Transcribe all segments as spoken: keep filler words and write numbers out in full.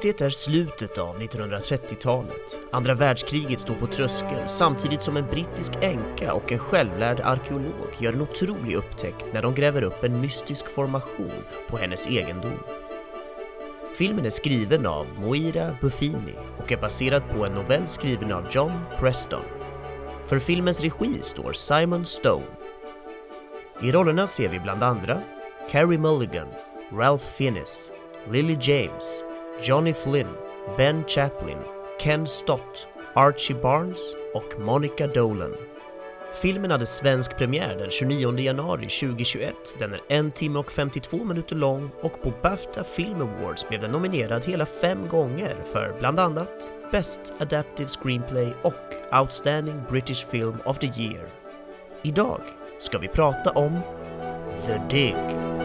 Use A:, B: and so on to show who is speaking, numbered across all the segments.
A: Det är slutet av nittonhundratrettiotalet. Andra världskriget står på tröskeln samtidigt som en brittisk änka och en självlärd arkeolog gör en otrolig upptäckt när de gräver upp en mystisk formation på hennes egendom. Filmen är skriven av Moira Buffini och är baserad på en novell skriven av John Preston. För filmens regi står Simon Stone. I rollerna ser vi bland andra Carey Mulligan, Ralph Fiennes, Lily James, Johnny Flynn, Ben Chaplin, Ken Stott, Archie Barnes och Monica Dolan. Filmen hade svensk premiär den tjugonionde januari tjugohundratjugoett. Den är en timme och femtiotvå minuter lång och på BAFTA Film Awards blev den nominerad hela fem gånger för bland annat Best Adaptive Screenplay och Outstanding British Film of the Year. Idag ska vi prata om The Dig.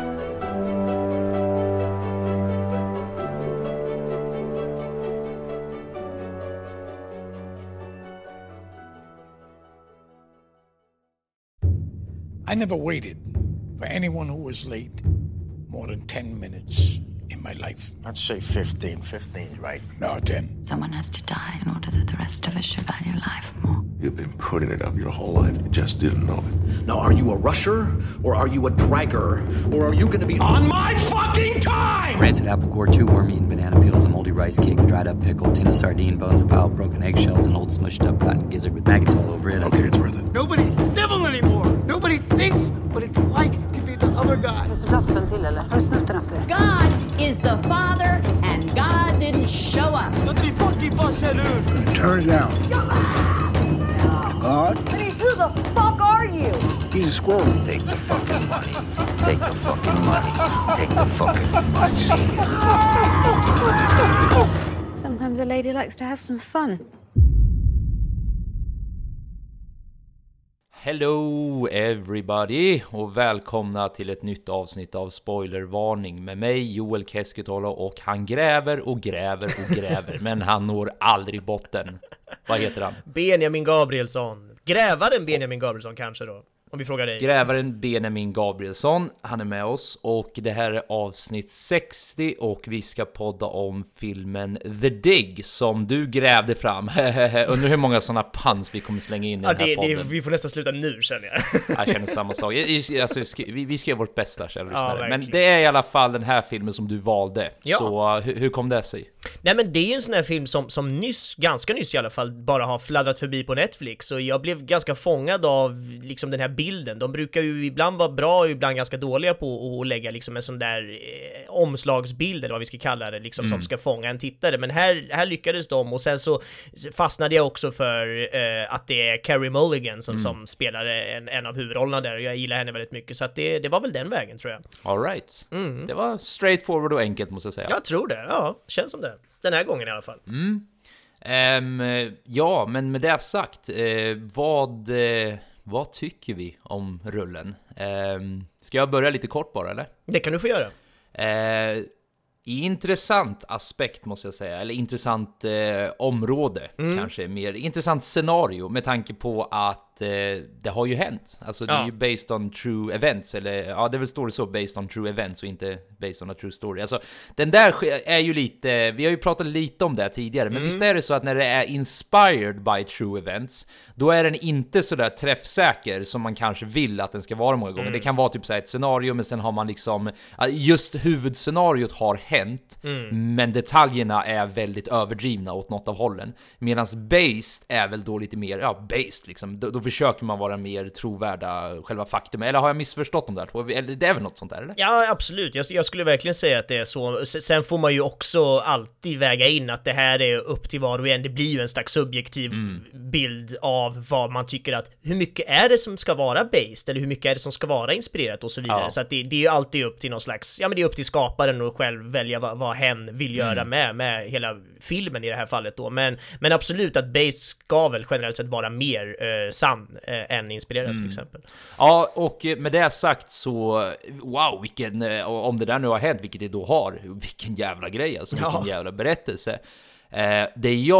B: I never waited for anyone who was late more than ten minutes in my life.
C: I'd say fifteen. fifteen's right.
B: No, ten.
D: Someone has to die in order that the rest of us should value life more.
E: You've been putting it up your whole life. You just didn't know it.
F: Now, are you a rusher or are you a dragger? Or are you going to be on my fucking time?
G: Rancid apple core, two wormy and banana peels, a moldy rice cake, a dried up pickle, tin of sardine bones, a pile of broken eggshells, an old smushed up rotten gizzard with maggots all over it.
E: Okay, it's worth it.
H: Nobody's civil anymore. Nobody thinks what it's like to be the other guy.
D: Finns det plats för en till eller? Har du snutten efter det?
I: God is the father and God didn't show up.
H: Låt mig fucking bara ut.
B: Turn it down. God?
I: I mean, who the fuck are you?
B: He's a squirrel.
G: Take the fucking money. Take the fucking money. Take the fucking money.
D: Sometimes a lady likes to have some fun.
J: Hello everybody och välkomna till ett nytt avsnitt av Spoilervarning med mig Joel Keskitalo, och han gräver och gräver och gräver men han når aldrig botten. Vad heter han?
A: Benjamin Gabrielsson. Grävaren Benjamin Gabrielsson kanske då, om vi frågar dig.
J: Grävaren Benjamin Gabrielsson, han är med oss och det här är avsnitt sextio och vi ska podda om filmen The Dig som du grävde fram. Undrar hur många sådana pans vi kommer slänga in i
A: ja,
J: den här
A: det,
J: podden.
A: Det, vi får nästan sluta nu, känner jag.
J: Jag känner samma sak. Alltså, vi, vi ska göra vårt bästa, kära lyssnare.
A: Ja,
J: men det är i alla fall den här filmen som du valde.
A: Ja.
J: Så hur, hur kom det sig?
A: Nej, men det är ju en sån här film som, som nyss, ganska nyss i alla fall, bara har fladdrat förbi på Netflix. Och jag blev ganska fångad av liksom den här bilden. De brukar ju ibland vara bra och ibland ganska dåliga på att lägga liksom en sån där eh, omslagsbild, eller vad vi ska kalla det, liksom, mm. som ska fånga en tittare. Men här, här lyckades de, och sen så fastnade jag också för eh, att det är Carey Mulligan som, mm. som spelar en, en av huvudrollerna där. Och jag gillar henne väldigt mycket, så att det, det var väl den vägen, tror jag.
J: All right.
A: Mm.
J: Det var straightforward och enkelt, måste jag säga.
A: Jag tror det, ja. Känns som det. Den här gången i alla fall.
J: Mm. Um, ja, men med det sagt, eh, vad... Eh, Vad tycker vi om rullen? Eh, ska jag börja lite kort bara, eller?
A: Det kan du få göra.
J: Eh, intressant aspekt, måste jag säga. Eller intressant eh, område, mm. kanske. Mer intressant scenario med tanke på att eh, det har ju hänt. Alltså det ja. är ju based on true events. Eller ja, det är väl står det så, based on true events och inte based on a true story. Alltså den där är ju lite, vi har ju pratat lite om det tidigare. Men mm. visst är det så att när det är inspired by true events, då är den inte så där träffsäker som man kanske vill att den ska vara många gånger. Mm. Det kan vara typ så här ett scenario, men sen har man liksom, just huvudscenariot har hänt, mm. men detaljerna är väldigt överdrivna åt något av hållen. Medan based är väl då lite mer, ja, based liksom. Då, då försöker man vara mer trovärda själva faktum. Eller har jag missförstått om det här? Eller det är väl något sånt där, eller?
A: Ja, absolut. Jag, jag skulle verkligen säga att det är så. Sen får man ju också alltid väga in att det här är upp till var och en. Det blir ju en slags subjektiv mm. bild av vad man tycker att, hur mycket är det som ska vara based, eller hur mycket är det som ska vara inspirerat och så vidare. Ja. Så att det, det är ju alltid upp till någon slags, ja men det är upp till skaparen att själv välja vad, vad hen vill göra mm. med, med hela filmen i det här fallet då. Men, men absolut att based ska väl generellt sett vara mer eh, sann eh, än inspirerat mm. till exempel.
J: Ja, och med det sagt så, wow, vilken, om det där nu har hänt, vilket det då har, vilken jävla grej, alltså vilken ja. jävla berättelse. Eh, det jag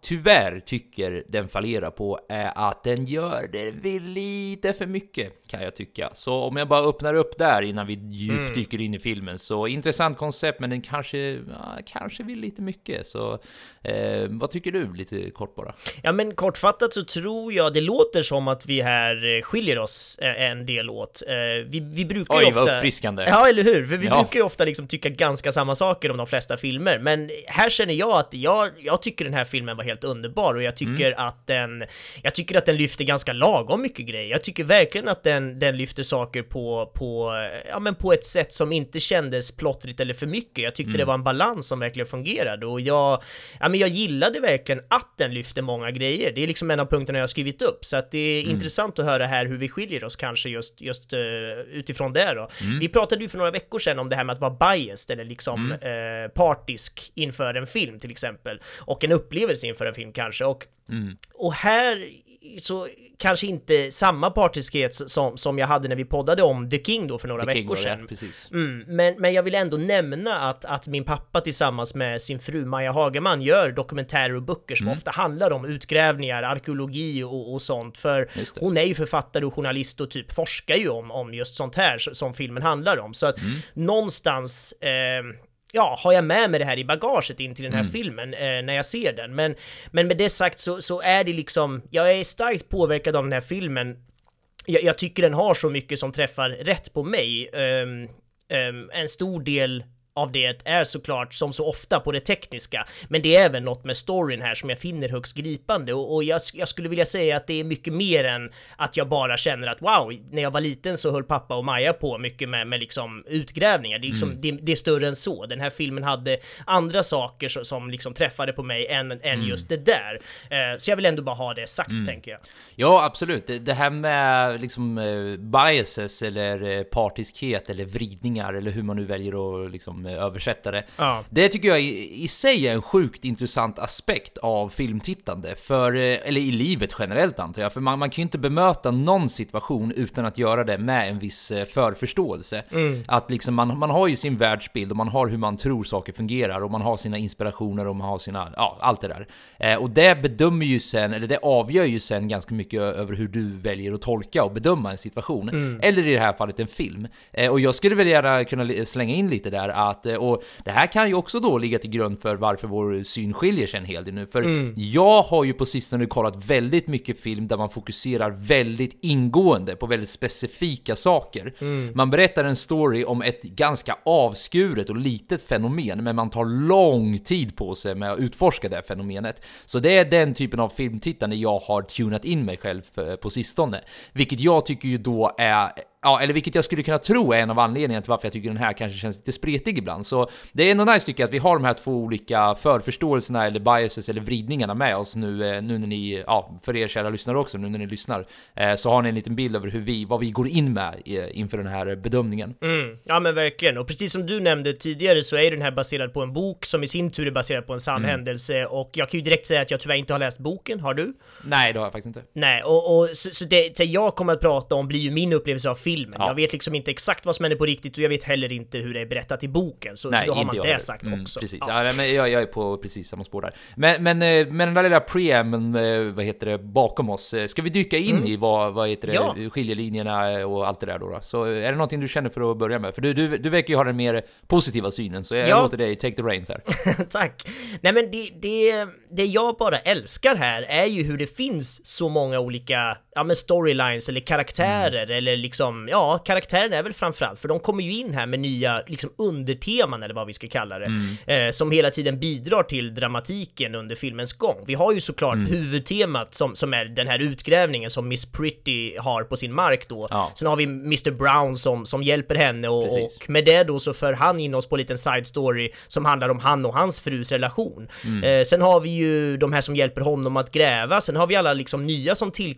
J: tyvärr tycker den fallerar på är att den gör det väl lite för mycket, kan jag tycka. Så om jag bara öppnar upp där innan vi djupdyker in i filmen, så intressant koncept, men den kanske, ja, kanske vill lite mycket. Så eh, vad tycker du, lite kort bara?
A: Ja, men kortfattat så tror jag det låter som att vi här skiljer oss en del åt. Vi, vi brukar
J: Oj,
A: ju ofta...
J: vad uppfriskande.
A: Ja, eller hur? För vi
J: ja.
A: brukar ju ofta liksom tycka ganska samma saker om de flesta filmer, men här känner jag att jag, jag tycker den här filmen var helt underbar, och jag tycker mm. att den jag tycker att den lyfter ganska lagom mycket grejer. Jag tycker verkligen att den, den lyfter saker på, på, ja, men på ett sätt som inte kändes plottrigt eller för mycket. Jag tyckte mm. det var en balans som verkligen fungerade, och jag, ja, men jag gillade verkligen att den lyfter många grejer. Det är liksom en av punkterna jag har skrivit upp, så att det är mm. intressant att höra här hur vi skiljer oss kanske just, just uh, utifrån det då. Mm. Vi pratade ju för några veckor sedan om det här med att vara biased eller liksom mm. uh, partisk inför en film till exempel, och en upplevelse inför en film kanske, och, mm. och här så kanske inte samma partiskhet som, som jag hade när vi poddade om The King då för några
J: The
A: veckor
J: King,
A: sedan.
J: Ja, precis.
A: Mm, men, men jag vill ändå nämna att, att min pappa tillsammans med sin fru Maja Hagerman gör dokumentärer och böcker som mm. ofta handlar om utgrävningar, arkeologi och, och sånt, för hon är ju författare och journalist och typ forskar ju om, om just sånt här som filmen handlar om. Så att mm. någonstans... Eh, ja, har jag med mig det här i bagaget in till den här mm. filmen eh, när jag ser den. Men, men med det sagt så, så är det liksom, jag är starkt påverkad av den här filmen. Jag, jag tycker den har så mycket som träffar rätt på mig. Um, um, en stor del av det är såklart som så ofta på det tekniska, men det är även något med storyn här som jag finner högst gripande, och, och jag, jag skulle vilja säga att det är mycket mer än att jag bara känner att wow, när jag var liten så höll pappa och Maja på mycket med, med liksom utgrävningar. Det är, liksom, mm. det, det är större än så. Den här filmen hade andra saker som, som liksom träffade på mig än, än mm. just det där. Eh, så jag vill ändå bara ha det sagt, mm. tänker jag.
J: Ja, absolut. Det, det här med liksom eh, biases eller eh, partiskhet eller vridningar eller hur man nu väljer att liksom översättare. Ja. Det tycker jag i, i sig är en sjukt intressant aspekt av filmtittande, för, eller i livet generellt antar jag, för man, man kan ju inte bemöta någon situation utan att göra det med en viss förförståelse. Mm. Att liksom man, man har ju sin världsbild och man har hur man tror saker fungerar och man har sina inspirationer och man har sina, ja, allt det där. Eh, och det bedömer ju sen, eller det avgör ju sen ganska mycket över hur du väljer att tolka och bedöma en situation. Mm. Eller i det här fallet en film. Eh, och jag skulle väl gärna kunna slänga in lite där att, och det här kan ju också då ligga till grund för varför vår syn skiljer sig en hel del nu. För mm. jag har ju på sistone kollat väldigt mycket film där man fokuserar väldigt ingående på väldigt specifika saker. Mm. Man berättar en story om ett ganska avskuret och litet fenomen, men man tar lång tid på sig med att utforska det här fenomenet. Så det är den typen av filmtittande jag har tunat in mig själv på sistone. Vilket jag tycker ju då är... Ja, eller vilket jag skulle kunna tro är en av anledningarna till varför jag tycker den här kanske känns lite spretig ibland. Så det är ändå nice tycker jag att vi har de här två olika förförståelserna eller biases eller vridningarna med oss nu, nu när ni, ja, för er kära lyssnare också, nu när ni lyssnar, eh, så har ni en liten bild över hur vi, vad vi går in med inför den här bedömningen.
A: Mm, ja men verkligen, och precis som du nämnde tidigare så är den här baserad på en bok som i sin tur är baserad på en sann mm. händelse, och jag kan ju direkt säga att jag tyvärr inte har läst boken, har du?
J: Nej, det har jag faktiskt inte.
A: Nej, och, och så, så det så jag kommer att prata om blir ju min upplevelse av filmen. Ja. Jag vet liksom inte exakt vad som händer på riktigt, och jag vet heller inte hur det är berättat i boken, så,
J: Nej,
A: så då har man det
J: heller.
A: sagt
J: mm,
A: också.
J: Precis, ja. Ja, men jag, jag är på precis samma spår där. Men, men med den där lilla preammen, vad heter det, bakom oss, ska vi dyka in mm. i vad, vad heter det, ja. skiljelinjerna och allt det där då, då? Så är det någonting du känner för att börja med? För du, du, du verkar ju ha den mer positiva synen, så jag ja. låter dig take the reins här.
A: Tack. Nej men det, det, det jag bara älskar här är ju hur det finns så många olika, ja men storylines eller karaktärer mm. eller liksom, ja, karaktären är väl framförallt, för de kommer ju in här med nya liksom underteman eller vad vi ska kalla det, mm. eh, som hela tiden bidrar till dramatiken under filmens gång. Vi har ju såklart mm. huvudtemat som, som är den här utgrävningen som Miss Pretty har på sin mark då. Ja. Sen har vi mister Brown som, som hjälper henne och, och med det då så för han in oss på en liten side story som handlar om han och hans frus relation. Mm. Eh, sen har vi ju de här som hjälper honom att gräva. Sen har vi alla liksom nya som tillkommer från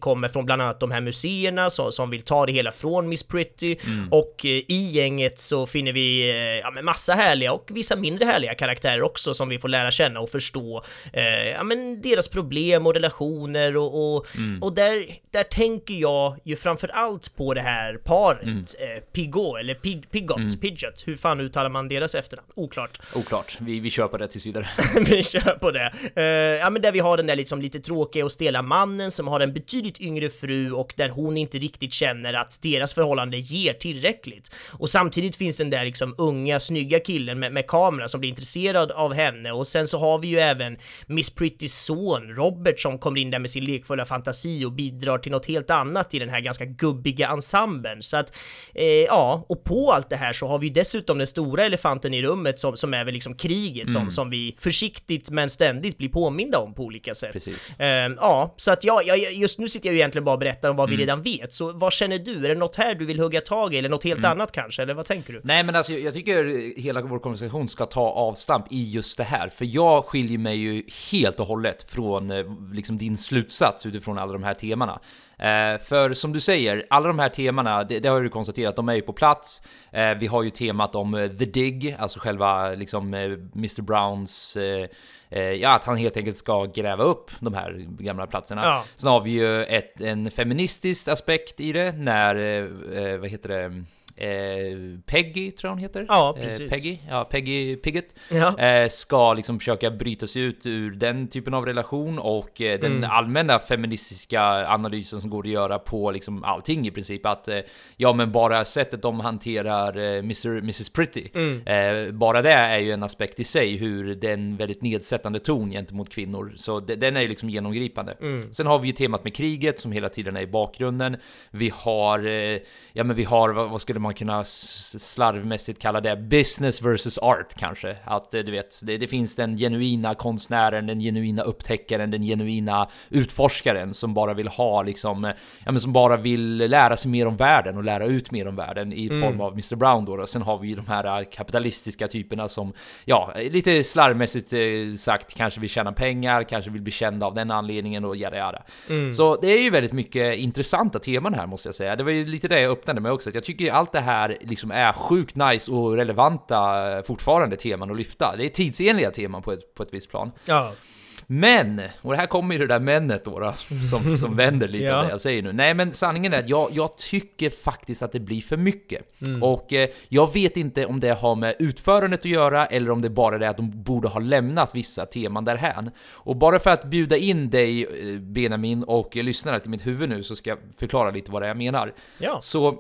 A: från bland annat de här museerna som, som vill ta det hela från Miss Pretty mm. och eh, i gänget så finner vi eh, ja, men massa härliga och vissa mindre härliga karaktärer också som vi får lära känna och förstå eh, ja, men deras problem och relationer och, och, mm. och där, där tänker jag ju framförallt på det här paret mm. eh, Piggot eller Pig, Piggot, mm. Pidgeot, hur fan uttalar man deras efternamn? Oklart.
J: Oklart, vi, vi kör på det tills vidare.
A: Vi kör på det. Uh, ja men där vi har den där liksom lite tråkiga och stela mannen som har en betydligt yngre fru och där hon inte riktigt känner att deras förhållande ger tillräckligt. Och samtidigt finns den där liksom unga, snygga killen med, med kamera som blir intresserad av henne och sen så har vi ju även Miss Prettys son Robert som kommer in där med sin lekfulla fantasi och bidrar till något helt annat i den här ganska gubbiga ensemblen. Så att, eh, ja, och på allt det här så har vi ju dessutom den stora elefanten i rummet som, som är väl liksom kriget mm. som, som vi försiktigt men ständigt blir påminda om på olika sätt.
J: Precis.
A: Uh, ja, så att ja, jag, just nu sitter jag ju egentligen bara och berättar om vad mm. vi redan vet. Så vad känner du? Är det något här du vill hugga tag i eller något helt mm. annat kanske? Eller vad tänker du?
J: Nej men alltså jag tycker hela vår konversation ska ta avstamp i just det här. För jag skiljer mig ju helt och hållet från liksom din slutsats utifrån alla de här temana. Uh, för som du säger, alla de här temana, det, det har du konstaterat, de är ju på plats. Uh, vi har ju temat om uh, The Dig, alltså själva liksom uh, mister Browns uh, uh, ja, att han helt enkelt ska gräva upp de här gamla platserna. Ja. Sen har vi ju ett, en feministisk aspekt i det när, uh, uh, vad heter det? Eh, Peggy tror jag hon heter.
A: Ja, precis.
J: Eh, Peggy, ja, Peggy Pigott
A: ja.
J: eh, ska liksom försöka bryta sig ut ur den typen av relation och eh, den mm. allmänna feministiska analysen som går att göra på liksom allting i princip att eh, ja men bara sättet de hanterar eh, mister missus Pretty mm. eh, bara det är ju en aspekt i sig hur den väldigt nedsättande ton gentemot kvinnor så de, den är ju liksom genomgripande. Mm. Sen har vi ju temat med kriget som hela tiden är i bakgrunden. Vi har eh, ja men vi har vad, vad skulle man kunna slarvmässigt kalla det business versus art kanske. Att du vet, det, det finns den genuina konstnären, den genuina upptäckaren, den genuina utforskaren som bara vill ha liksom, ja men som bara vill lära sig mer om världen och lära ut mer om världen i form mm. av mister Brown då. Och sen har vi ju de här kapitalistiska typerna som, ja, lite slarvmässigt sagt kanske vill tjäna pengar, kanske vill bli kända av den anledningen och jada jada. Mm. Så det är ju väldigt mycket intressanta teman här måste jag säga. Det var ju lite det jag öppnade med också. Jag tycker allt det här liksom är sjukt nice och relevanta fortfarande teman att lyfta. Det är tidsenliga teman på ett, på ett visst plan.
A: Ja.
J: Men, och det här kommer ju det där männet då, då som, som vänder lite ja. av det jag säger nu. Nej men sanningen är att jag, jag tycker faktiskt att det blir för mycket. Mm. Och eh, jag vet inte om det har med utförandet att göra eller om det bara är det att de borde ha lämnat vissa teman därhän. Och bara för att bjuda in dig Benjamin och lyssnare till mitt huvud nu så ska jag förklara lite vad det är jag menar.
A: Ja.
J: Så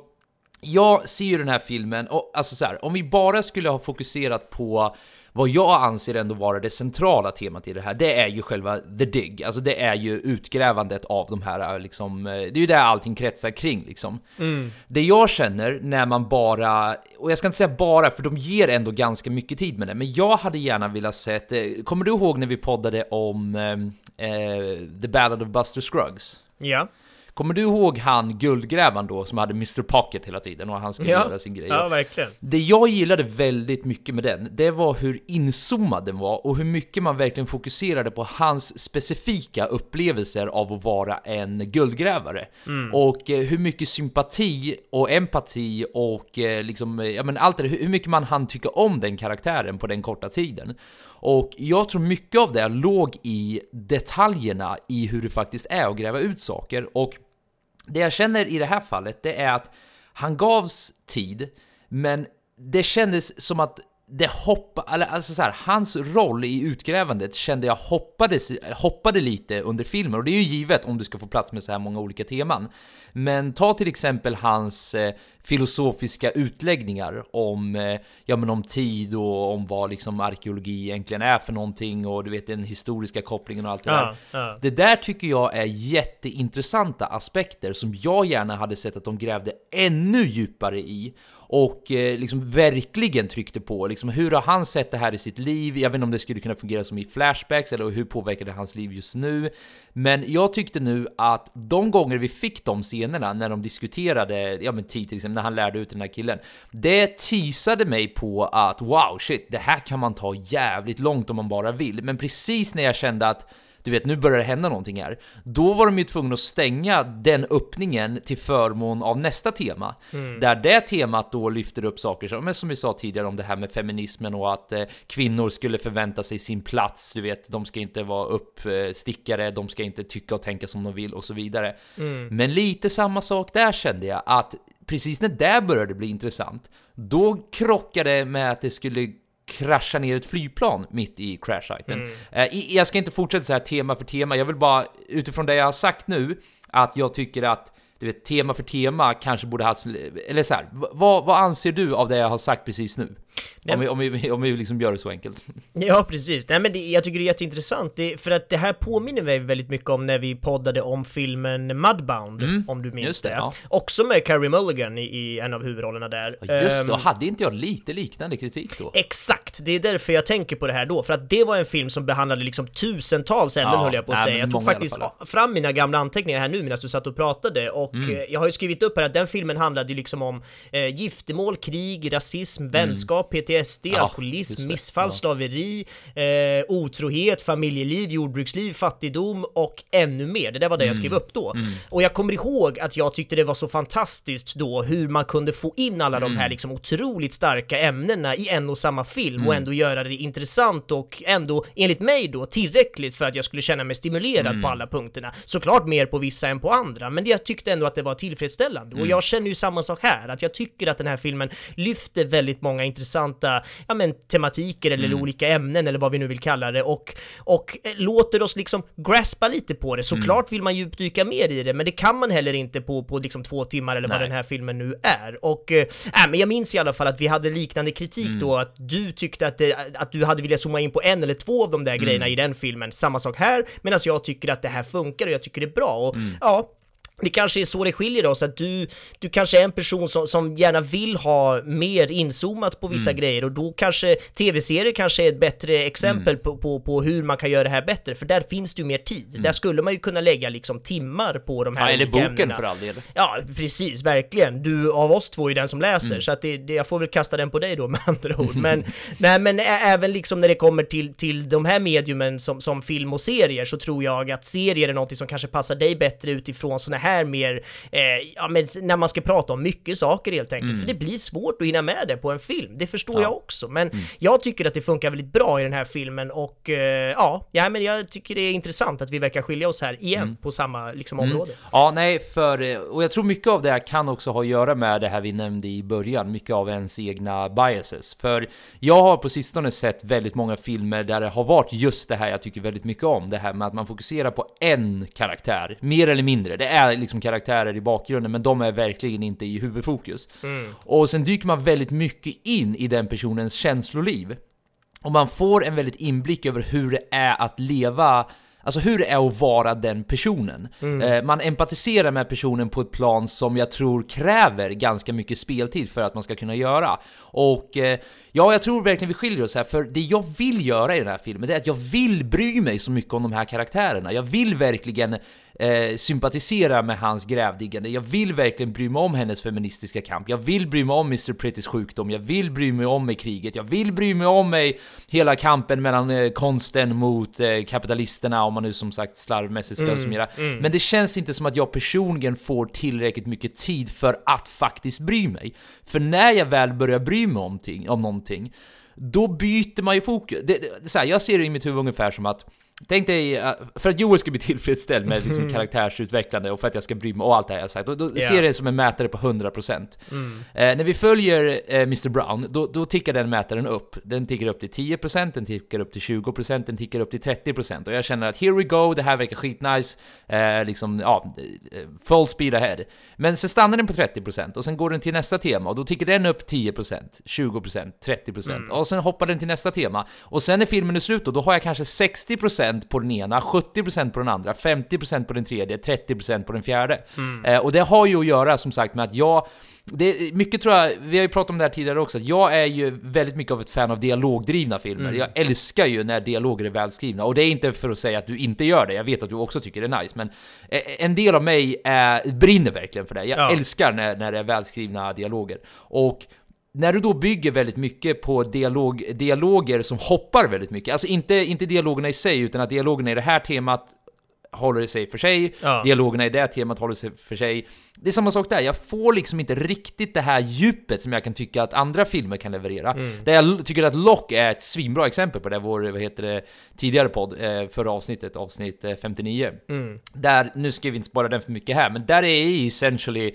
J: jag ser ju den här filmen och alltså så här, om vi bara skulle ha fokuserat på vad jag anser ändå vara det centrala temat i det här, det är ju själva The Dig. Alltså det är ju utgrävandet av de här liksom, det är ju där allting kretsar kring liksom. Mm. Det jag känner när man bara, och jag ska inte säga bara för de ger ändå ganska mycket tid med det, men jag hade gärna velat sett, kommer du ihåg när vi poddade om eh, The Ballad of Buster Scruggs?
A: Ja.
J: Kommer du ihåg han guldgrävan då som hade mister Pocket hela tiden och han skulle
A: ja.
J: göra sin grej?
A: Ja, verkligen.
J: Det jag gillade väldigt mycket med den, det var hur inzoomad den var och hur mycket man verkligen fokuserade på hans specifika upplevelser av att vara en guldgrävare. Mm. Och eh, hur mycket sympati och empati och eh, liksom, ja men allt det, hur mycket man hann tycka om den karaktären på den korta tiden. Och jag tror mycket av det låg i detaljerna i hur det faktiskt är att gräva ut saker. Och det jag känner i det här fallet, det är att han gavs tid, men det kändes som att det hoppa, alltså så här, hans roll i utgrävandet kände jag hoppade, hoppade lite under filmen. Och det är ju givet om du ska få plats med så här många olika teman. Men ta till exempel hans eh, filosofiska utläggningar om, eh, ja, men om tid och om vad liksom arkeologi egentligen är för någonting. Och du vet den historiska kopplingen och allt det
A: ja,
J: där.
A: Ja.
J: Det där tycker jag är jätteintressanta aspekter som jag gärna hade sett att de grävde ännu djupare i. Och eh, liksom verkligen tryckte på liksom, hur har han sett det här i sitt liv. Jag vet inte om det skulle kunna fungera som i flashbacks eller hur påverkar det hans liv just nu. Men jag tyckte nu att de gånger vi fick de scenerna när de diskuterade, ja men tid till exempel, när han lärde ut den här killen, det teasade mig på att wow shit, det här kan man ta jävligt långt om man bara vill. Men precis när jag kände att du vet, nu börjar det hända någonting här. Då var de ju tvungna att stänga den öppningen till förmån av nästa tema. Mm. Där det temat då lyfter upp saker som, men som vi sa tidigare om det här med feminismen och att eh, kvinnor skulle förvänta sig sin plats, du vet, de ska inte vara uppstickare, de ska inte tycka och tänka som de vill och så vidare. Mm. Men lite samma sak där kände jag, att precis när det började bli intressant, då krockade med att det skulle krascha ner ett flygplan mitt i crash-siten. Mm. Eh, jag ska inte fortsätta så här tema för tema, jag vill bara utifrån det jag har sagt nu, att jag tycker att du vet, tema för tema kanske borde ha, eller så här, vad, vad anser du av det jag har sagt precis nu? Om vi, om, vi, om vi liksom gör det så enkelt.
A: Ja, precis. Nej, men det, jag tycker det är jätteintressant. Det, för att det här påminner mig väldigt mycket om när vi poddade om filmen Mudbound, mm. om du minns
J: just det.
A: det.
J: Ja.
A: Också med Carey Mulligan i, i en av huvudrollerna där.
J: Ja, just då, um, hade inte jag lite liknande kritik då?
A: Exakt, det är därför jag tänker på det här då. För att det var en film som behandlade liksom tusentals ämnen, ja, höll jag på att säga. Jag tog faktiskt fram mina gamla anteckningar här nu medan du satt och pratade. Och mm. jag har ju skrivit upp här att den filmen handlade ju liksom om eh, giftermål, krig, rasism, vänskap, mm. P T S D, ja, alkoholism, missfall, ja. slaveri, eh, otrohet, familjeliv, jordbruksliv, fattigdom och ännu mer. Det där var det mm. jag skrev upp då. Mm. Och jag kommer ihåg att jag tyckte det var så fantastiskt då hur man kunde få in alla mm. de här liksom otroligt starka ämnena i en och samma film mm. och ändå göra det intressant och ändå, enligt mig då, tillräckligt för att jag skulle känna mig stimulerad mm. på alla punkterna. Såklart mer på vissa än på andra, men jag tyckte ändå att det var tillfredsställande. Mm. Och jag känner ju samma sak här, att jag tycker att den här filmen lyfter väldigt många intressanta ja, men, tematiker eller mm. olika ämnen eller vad vi nu vill kalla det och, och låter oss liksom graspa lite på det. Såklart mm. vill man djupdyka mer i det, men det kan man heller inte på, på liksom två timmar eller Nej. vad den här filmen nu är. Och äh, men jag minns i alla fall att vi hade liknande kritik mm. då, att du tyckte att, det, att du hade velat zooma in på en eller två av de där mm. grejerna i den filmen. Samma sak här, medan jag tycker att det här funkar och jag tycker det är bra. Och mm. ja, det kanske är så det skiljer oss, att du, du kanske är en person som, som gärna vill ha mer inzoomat på vissa mm. grejer, och då kanske tv-serier kanske är ett bättre exempel mm. på, på, på hur man kan göra det här bättre, för där finns det ju mer tid. Mm. Där skulle man ju kunna lägga liksom timmar på de här
J: ja, eller boken
A: ämnena.
J: För all del.
A: Ja, precis, verkligen. Du av oss två är den som läser, mm. så att det, det, jag får väl kasta den på dig då med andra ord. Men, nej, men ä- även liksom när det kommer till, till de här mediumen som, som film och serier, så tror jag att serier är något som kanske passar dig bättre utifrån såna här mer, eh, ja, men när man ska prata om mycket saker helt enkelt, mm. för det blir svårt att hinna med det på en film, det förstår ja. jag också, men mm. jag tycker att det funkar väldigt bra i den här filmen, och eh, ja, ja, men jag tycker det är intressant att vi verkar skilja oss här igen mm. på samma liksom område. Mm.
J: Ja, nej, för, och jag tror mycket av det här kan också ha att göra med det här vi nämnde i början, mycket av ens egna biases, för jag har på sistone sett väldigt många filmer där det har varit just det här jag tycker väldigt mycket om, det här med att man fokuserar på en karaktär, mer eller mindre, det är liksom karaktärer i bakgrunden, men de är verkligen inte i huvudfokus. Mm. Och sen dyker man väldigt mycket in i den personens känsloliv. Och man får en väldigt inblick över hur det är att leva, alltså hur det är att vara den personen. Mm. Eh, man empatiserar med personen på ett plan som jag tror kräver ganska mycket speltid för att man ska kunna göra. Och eh, ja, jag tror verkligen vi skiljer oss här, för det jag vill göra i den här filmen, det är att jag vill bry mig så mycket om de här karaktärerna. Jag vill verkligen eh, sympatisera med hans grävdiggande. Jag vill verkligen bry mig om hennes feministiska kamp. Jag vill bry mig om mister Prettys sjukdom. Jag vill bry mig om mig kriget. Jag vill bry mig om mig hela kampen mellan eh, konsten mot eh, kapitalisterna, om man nu som sagt slarvmässigt ska mm, summera. Mm. Men det känns inte som att jag personligen får tillräckligt mycket tid för att faktiskt bry mig. För när jag väl börjar bry mig om, ting, om någonting, då byter man ju fokus. Det, det, så här, jag ser det i mitt huvud ungefär som att, tänk dig, för att Joel ska bli tillfredsställd med liksom karaktärsutvecklande och för att jag ska bry mig och allt det här jag sagt, då, då yeah. ser jag det som en mätare på hundra procent. Mm. Eh, när vi följer eh, mister Brown, då, då tickar den mätaren upp. Den tickar upp till tio procent, den tickar upp till tjugo procent, den tickar upp till trettio procent. Och jag känner att here we go, det här verkar skitnice. Eh, liksom, ja, full speed ahead. Men sen stannar den på trettio procent och sen går den till nästa tema och då tickar den upp tio procent, tjugo procent, trettio procent. Mm. Och sen hoppar den till nästa tema. Och sen är filmen är slut och då har jag kanske sextio procent på den ena, sjuttio procent på den andra, femtio procent på den tredje, trettio procent på den fjärde. Mm. Eh, och det har ju att göra som sagt med att jag, det, mycket tror jag, vi har ju pratat om det här tidigare också, att jag är ju väldigt mycket av ett fan av dialogdrivna filmer. Mm. Jag älskar ju när dialoger är välskrivna, och det är inte för att säga att du inte gör det, jag vet att du också tycker det är nice, men en del av mig är, brinner verkligen för det. Jag ja. älskar när, när det är välskrivna dialoger. Och när du då bygger väldigt mycket på dialog, dialoger som hoppar väldigt mycket, alltså inte, inte dialogerna i sig, utan att dialogerna i det här temat håller sig för sig, ja. dialogerna i det temat håller sig för sig. Det är samma sak där, jag får liksom inte riktigt det här djupet som jag kan tycka att andra filmer kan leverera. Mm. Där jag tycker att Lock är ett svinbra exempel på det, vår, vad heter det, tidigare podd, eh, förra avsnittet, avsnitt eh, femtionio. Mm. Där, nu ska vi inte spara den för mycket här, men där är essentially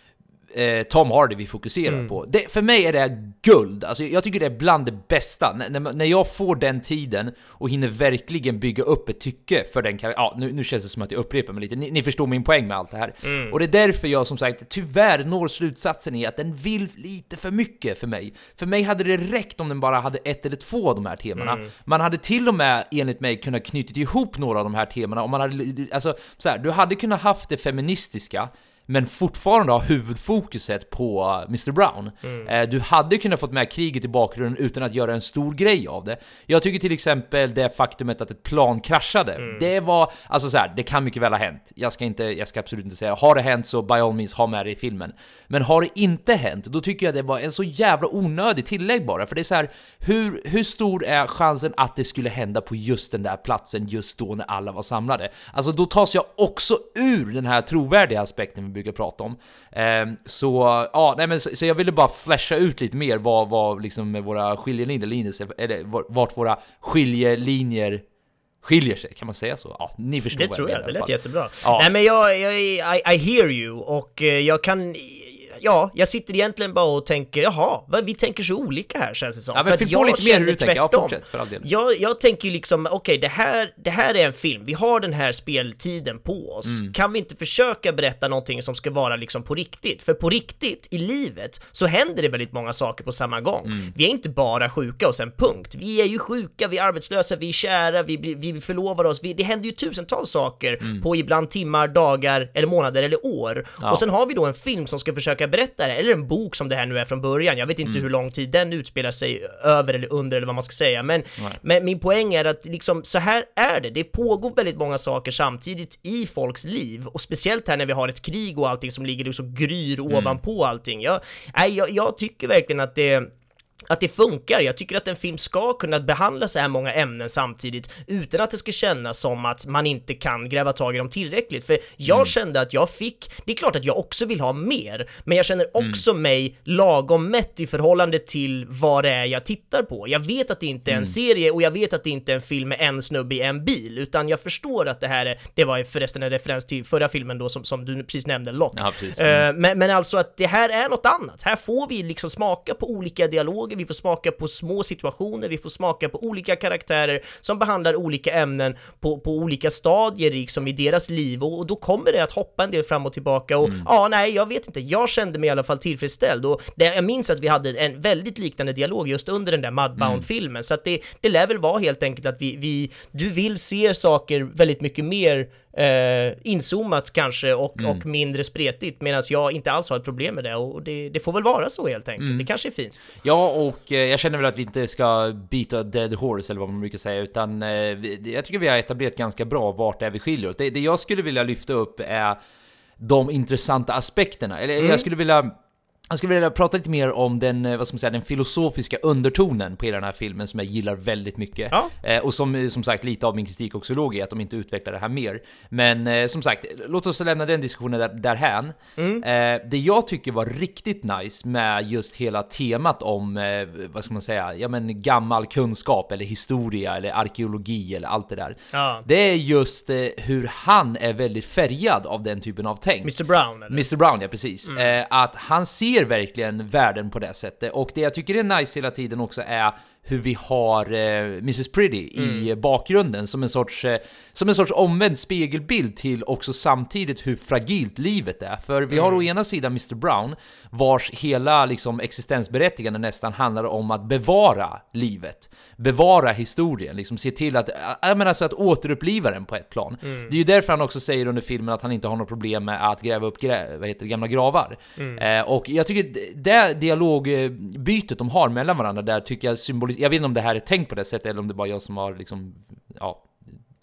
J: Tom Hardy vi fokuserar mm. på. Det, för mig är det guld. Alltså, jag tycker det är bland det bästa. N- när, när jag får den tiden och hinner verkligen bygga upp ett tycke för den karaktären. Ja, nu, nu känns det som att jag upprepar mig lite. Ni, ni förstår min poäng med allt det här. Mm. Och det är därför jag som sagt tyvärr når slutsatsen i att den vill lite för mycket för mig. För mig hade det räckt om den bara hade ett eller två av de här temana. Mm. Man hade till och med enligt mig kunnat knyta ihop några av de här temana. Om man hade, alltså, så här, du hade kunnat haft det feministiska men fortfarande ha huvudfokuset på mister Brown. Mm. Eh, du hade kunnat fått med kriget i bakgrunden utan att göra en stor grej av det. Jag tycker till exempel det faktumet att ett plan kraschade. Mm. Det var, alltså så här, det kan mycket väl ha hänt. Jag ska inte, jag ska absolut inte säga, har det hänt så by all means ha med det i filmen. Men har det inte hänt, då tycker jag det var en så jävla onödig tillägg bara. För det är så här, hur, hur stor är chansen att det skulle hända på just den där platsen just då när alla var samlade? Alltså då tas jag också ur den här trovärdiga aspekten vi brukar prata om. Um, så ja, nej men så, så jag ville bara flasha ut lite mer vad, vad liksom med våra skiljelinjer eller vart våra skiljelinjer skiljer sig, kan man säga så? Ja, ni förstår.
A: Det tror jag, jag det lät jättebra.
J: Ja.
A: Nej men jag, jag I, I hear you och jag kan ja, jag sitter egentligen bara och tänker, jaha, vi tänker så olika här känns det som.
J: Ja, men för jag lite mer hur du tänker. Ja, fortsätt för all del.
A: Jag, jag tänker ju liksom, okej, okay, det, här, det här är en film. Vi har den här speltiden på oss. Mm. Kan vi inte försöka berätta någonting som ska vara liksom på riktigt? För på riktigt, i livet, så händer det väldigt många saker på samma gång. Mm. Vi är inte bara sjuka och sen punkt. Vi är ju sjuka, vi är arbetslösa, vi är kära, vi, vi förlovar oss. Vi, det händer ju tusentals saker mm. på ibland timmar, dagar, eller månader eller år. Ja. Och sen har vi då en film som ska försöka berättare, eller en bok som det här nu är från början. Jag vet inte mm. hur lång tid den utspelar sig över eller under eller vad man ska säga, men, men min poäng är att liksom, så här är det. Det pågår väldigt många saker samtidigt i folks liv, och speciellt här när vi har ett krig och allting som ligger och så gryr mm. ovanpå allting. Jag, nej, jag, jag tycker verkligen att det att det funkar. Jag tycker att en film ska kunna behandla så här många ämnen samtidigt utan att det ska kännas som att man inte kan gräva tag i dem tillräckligt. För jag mm. kände att jag fick, det är klart att jag också vill ha mer, men jag känner också mm. mig lagom mätt i förhållande till vad det är jag tittar på. Jag vet att det inte är en mm. serie och jag vet att det inte är en film med en snubbe i en bil, utan jag förstår att det här är, det var förresten en referens till förra filmen då som, som du precis nämnde, Lock.
J: Ja, precis. Mm.
A: Uh, men, men alltså att det här är något annat. Här får vi liksom smaka på olika dialoger, vi får smaka på små situationer, vi får smaka på olika karaktärer som behandlar olika ämnen på, på olika stadier liksom i deras liv, och, och då kommer det att hoppa en del fram och tillbaka och mm. ja, nej, jag vet inte, jag kände mig i alla fall tillfredsställd, och det, jag minns att vi hade en väldigt liknande dialog just under den där Mudbound-filmen, mm. så att det, det lär väl vara helt enkelt att vi, vi du vill se saker väldigt mycket mer Uh, inzoomat kanske och, mm. och mindre spretigt, medan jag inte alls har ett problem med det, och det, det får väl vara så helt enkelt. Mm. Det kanske är fint.
J: Ja, och uh, jag känner väl att vi inte ska beat a dead horse eller vad man brukar säga, utan uh, vi, jag tycker vi har etablerat ganska bra vart det är vi skiljer oss. Det, det jag skulle vilja lyfta upp är de intressanta aspekterna, eller mm. jag skulle vilja Jag skulle vilja prata lite mer om den, vad ska man säga, den filosofiska undertonen på hela den här filmen som jag gillar väldigt mycket. Ja. Eh, och som, som sagt, lite av min kritik också låg i att de inte utvecklar det här mer. Men eh, som sagt, låt oss lämna den diskussionen där, därhän. Mm. Eh, det jag tycker var riktigt nice med just hela temat om, eh, vad ska man säga, ja men gammal kunskap eller historia eller arkeologi eller allt det där. Ja. Det är just eh, hur han är väldigt färgad av den typen av tänk.
A: mister Brown eller?
J: mister Brown, ja precis. Mm. Eh, att han ser verkligen världen på det sättet, och det jag tycker är nice hela tiden också är hur vi har eh, missus Pretty mm. i bakgrunden som en sorts eh, som en sorts omvänd spegelbild till också samtidigt hur fragilt livet är. För vi har mm. å ena sidan mister Brown vars hela liksom existensberättigande nästan handlar om att bevara livet, bevara historien, liksom se till att jag menar så att återuppliva den på ett plan. Mm. Det är ju därför han också säger under filmen att han inte har något problem med att gräva upp grä, vad heter det, gamla gravar. Mm. Eh, och jag tycker det dialogbytet de har mellan varandra där tycker jag symboliserar, jag vet inte om det här är tänkt på det sättet eller om det bara jag som har liksom, ja,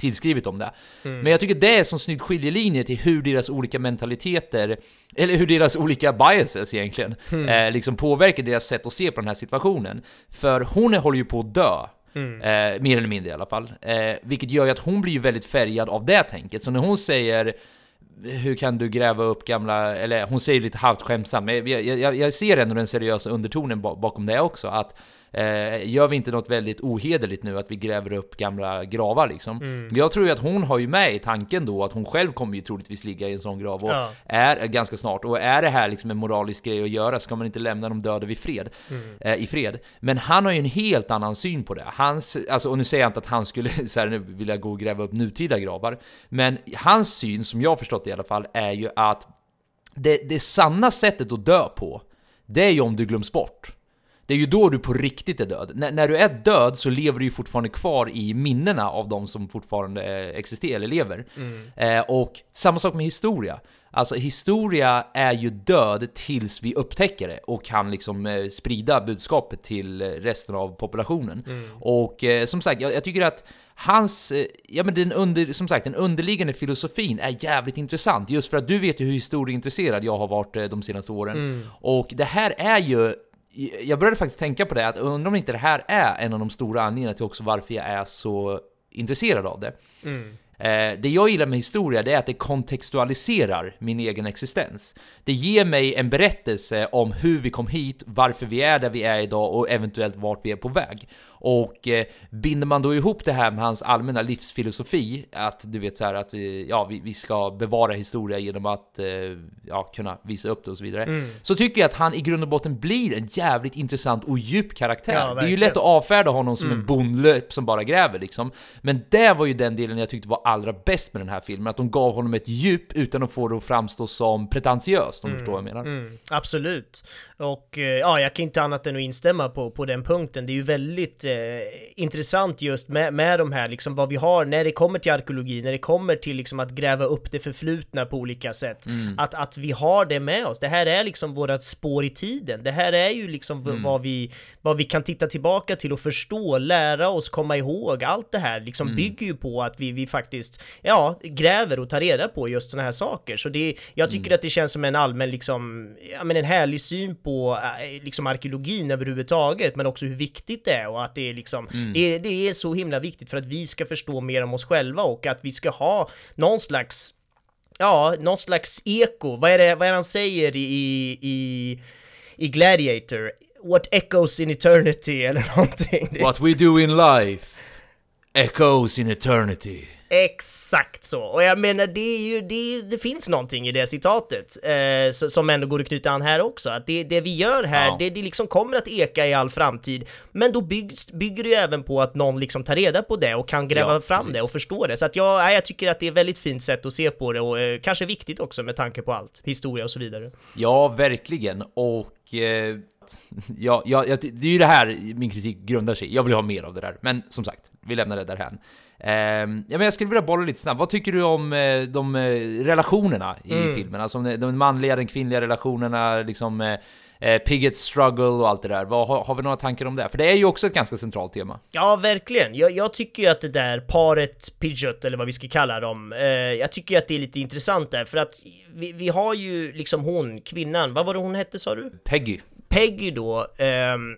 J: tillskrivit om det.
A: Mm.
J: Men jag tycker det är som snygg skiljelinje till hur deras olika mentaliteter, eller hur deras olika biases egentligen, mm. eh, liksom påverkar deras sätt att se på den här situationen. För hon är, håller ju på att dö. Mm. Eh, mer eller mindre i alla fall. Eh, vilket gör ju att hon blir ju väldigt färgad av det tänket. Så när hon säger hur kan du gräva upp gamla, eller hon säger lite halvt skämtsamt, men jag, jag, jag ser ändå den seriösa undertonen bakom det också, att eh, gör vi inte något väldigt ohederligt nu att vi gräver upp gamla gravar liksom. Mm. Jag tror ju att hon har ju med i tanken då att hon själv kommer ju troligtvis ligga i en sån grav och ja. är ganska snart, och är det här liksom en moralisk grej att göra, ska man inte lämna de döda vid fred, mm. eh, i fred. Men han har ju en helt annan syn på det. Hans, alltså, och nu säger jag inte att han skulle så här, nu vilja gå och gräva upp nutida gravar, men hans syn, som jag har förstått i alla fall, är ju att det, det sanna sättet att dö på, det är ju om du glöms bort. Det är ju då du på riktigt är död. N- när du är död så lever du ju fortfarande kvar i minnena av de som fortfarande existerar eller lever. Mm. Eh, och samma sak med historia. Alltså historia är ju död tills vi upptäcker det och kan liksom eh, sprida budskapet till resten av populationen. Mm. Och eh, som sagt, jag, jag tycker att hans, eh, ja men den under, som sagt, den underliggande filosofin är jävligt intressant. Just för att du vet ju hur historieintresserad jag har varit eh, de senaste åren. Mm. Och det här är ju, jag började faktiskt tänka på det, att undrar om inte det här är en av de stora anledningarna till också varför jag är så intresserad av det. Mm. Eh, det jag gillar med historia, det är att det kontextualiserar min egen existens. Det ger mig en berättelse om hur vi kom hit, varför vi är där vi är idag och eventuellt vart vi är på väg. Och eh, binder man då ihop det här med hans allmänna livsfilosofi, att du vet så här att vi, ja, vi, vi ska bevara historia genom att eh, ja, kunna visa upp det och så vidare. Mm. Så tycker jag att han i grund och botten blir en jävligt intressant och djup karaktär. Ja, det är ju lätt att avfärda honom som mm. en bondlöp som bara gräver liksom. Men det var ju den delen jag tyckte var allra bäst med den här filmen, att de gav honom ett djup utan att få det att framstå som pretentiöst, om
A: mm.
J: du förstår vad jag menar.
A: Mm. Absolut. Och ja, jag kan inte annat än att instämma på, på den punkten. Det är ju väldigt eh, intressant just med, med de här, liksom vad vi har när det kommer till arkeologi, när det kommer till liksom att gräva upp det förflutna på olika sätt. Mm. Att, att vi har det med oss. Det här är liksom vårat spår i tiden. Det här är ju liksom mm. vad, vi, vad vi kan titta tillbaka till och förstå, lära oss, komma ihåg. Allt det här liksom mm. bygger ju på att vi, vi faktiskt ja, gräver och tar reda på just såna här saker. Så det, jag tycker mm. att det känns som en allmän liksom, ja, men en härlig syn på liksom arkeologin överhuvudtaget, men också hur viktigt det är, och att det är liksom mm. det, det är så himla viktigt för att vi ska förstå mer om oss själva och att vi ska ha någon slags ja, någon slags eko. Vad är det, vad är det han säger i, i, i Gladiator? What echoes in eternity eller någonting.
J: What we do in life echoes in eternity.
A: Exakt så. Och jag menar, det är ju det, det finns någonting i det citatet eh, som ändå går att knyta an här också. Att det, det vi gör här, ja. det, det liksom kommer att eka i all framtid. Men då byggs, bygger det ju även på att någon liksom tar reda på det och kan gräva ja, fram precis. det och förstå det. Så att jag, jag tycker att det är ett väldigt fint sätt att se på det, och eh, kanske viktigt också med tanke på allt, historia och så vidare.
J: Ja, verkligen. Och eh, ja, ja, det är ju det här min kritik grundar sig. Jag vill ha mer av det där. Men som sagt, vi lämnar det därhän. Uh, ja, men jag skulle vilja bolla lite snabbt. Vad tycker du om uh, de uh, relationerna i mm. filmen? Alltså de, de manliga, den kvinnliga relationerna, liksom uh, uh, Piggot's struggle och allt det där. Vad, har, har vi några tankar om det? För det är ju också ett ganska centralt tema.
A: Ja, verkligen. Jag, jag tycker ju att det där paret Pidgeot, eller vad vi ska kalla dem, uh, jag tycker att det är lite intressant där. För att vi, vi har ju liksom hon, kvinnan, vad var det hon hette, sa du?
J: Peggy.
A: Peggy då, um,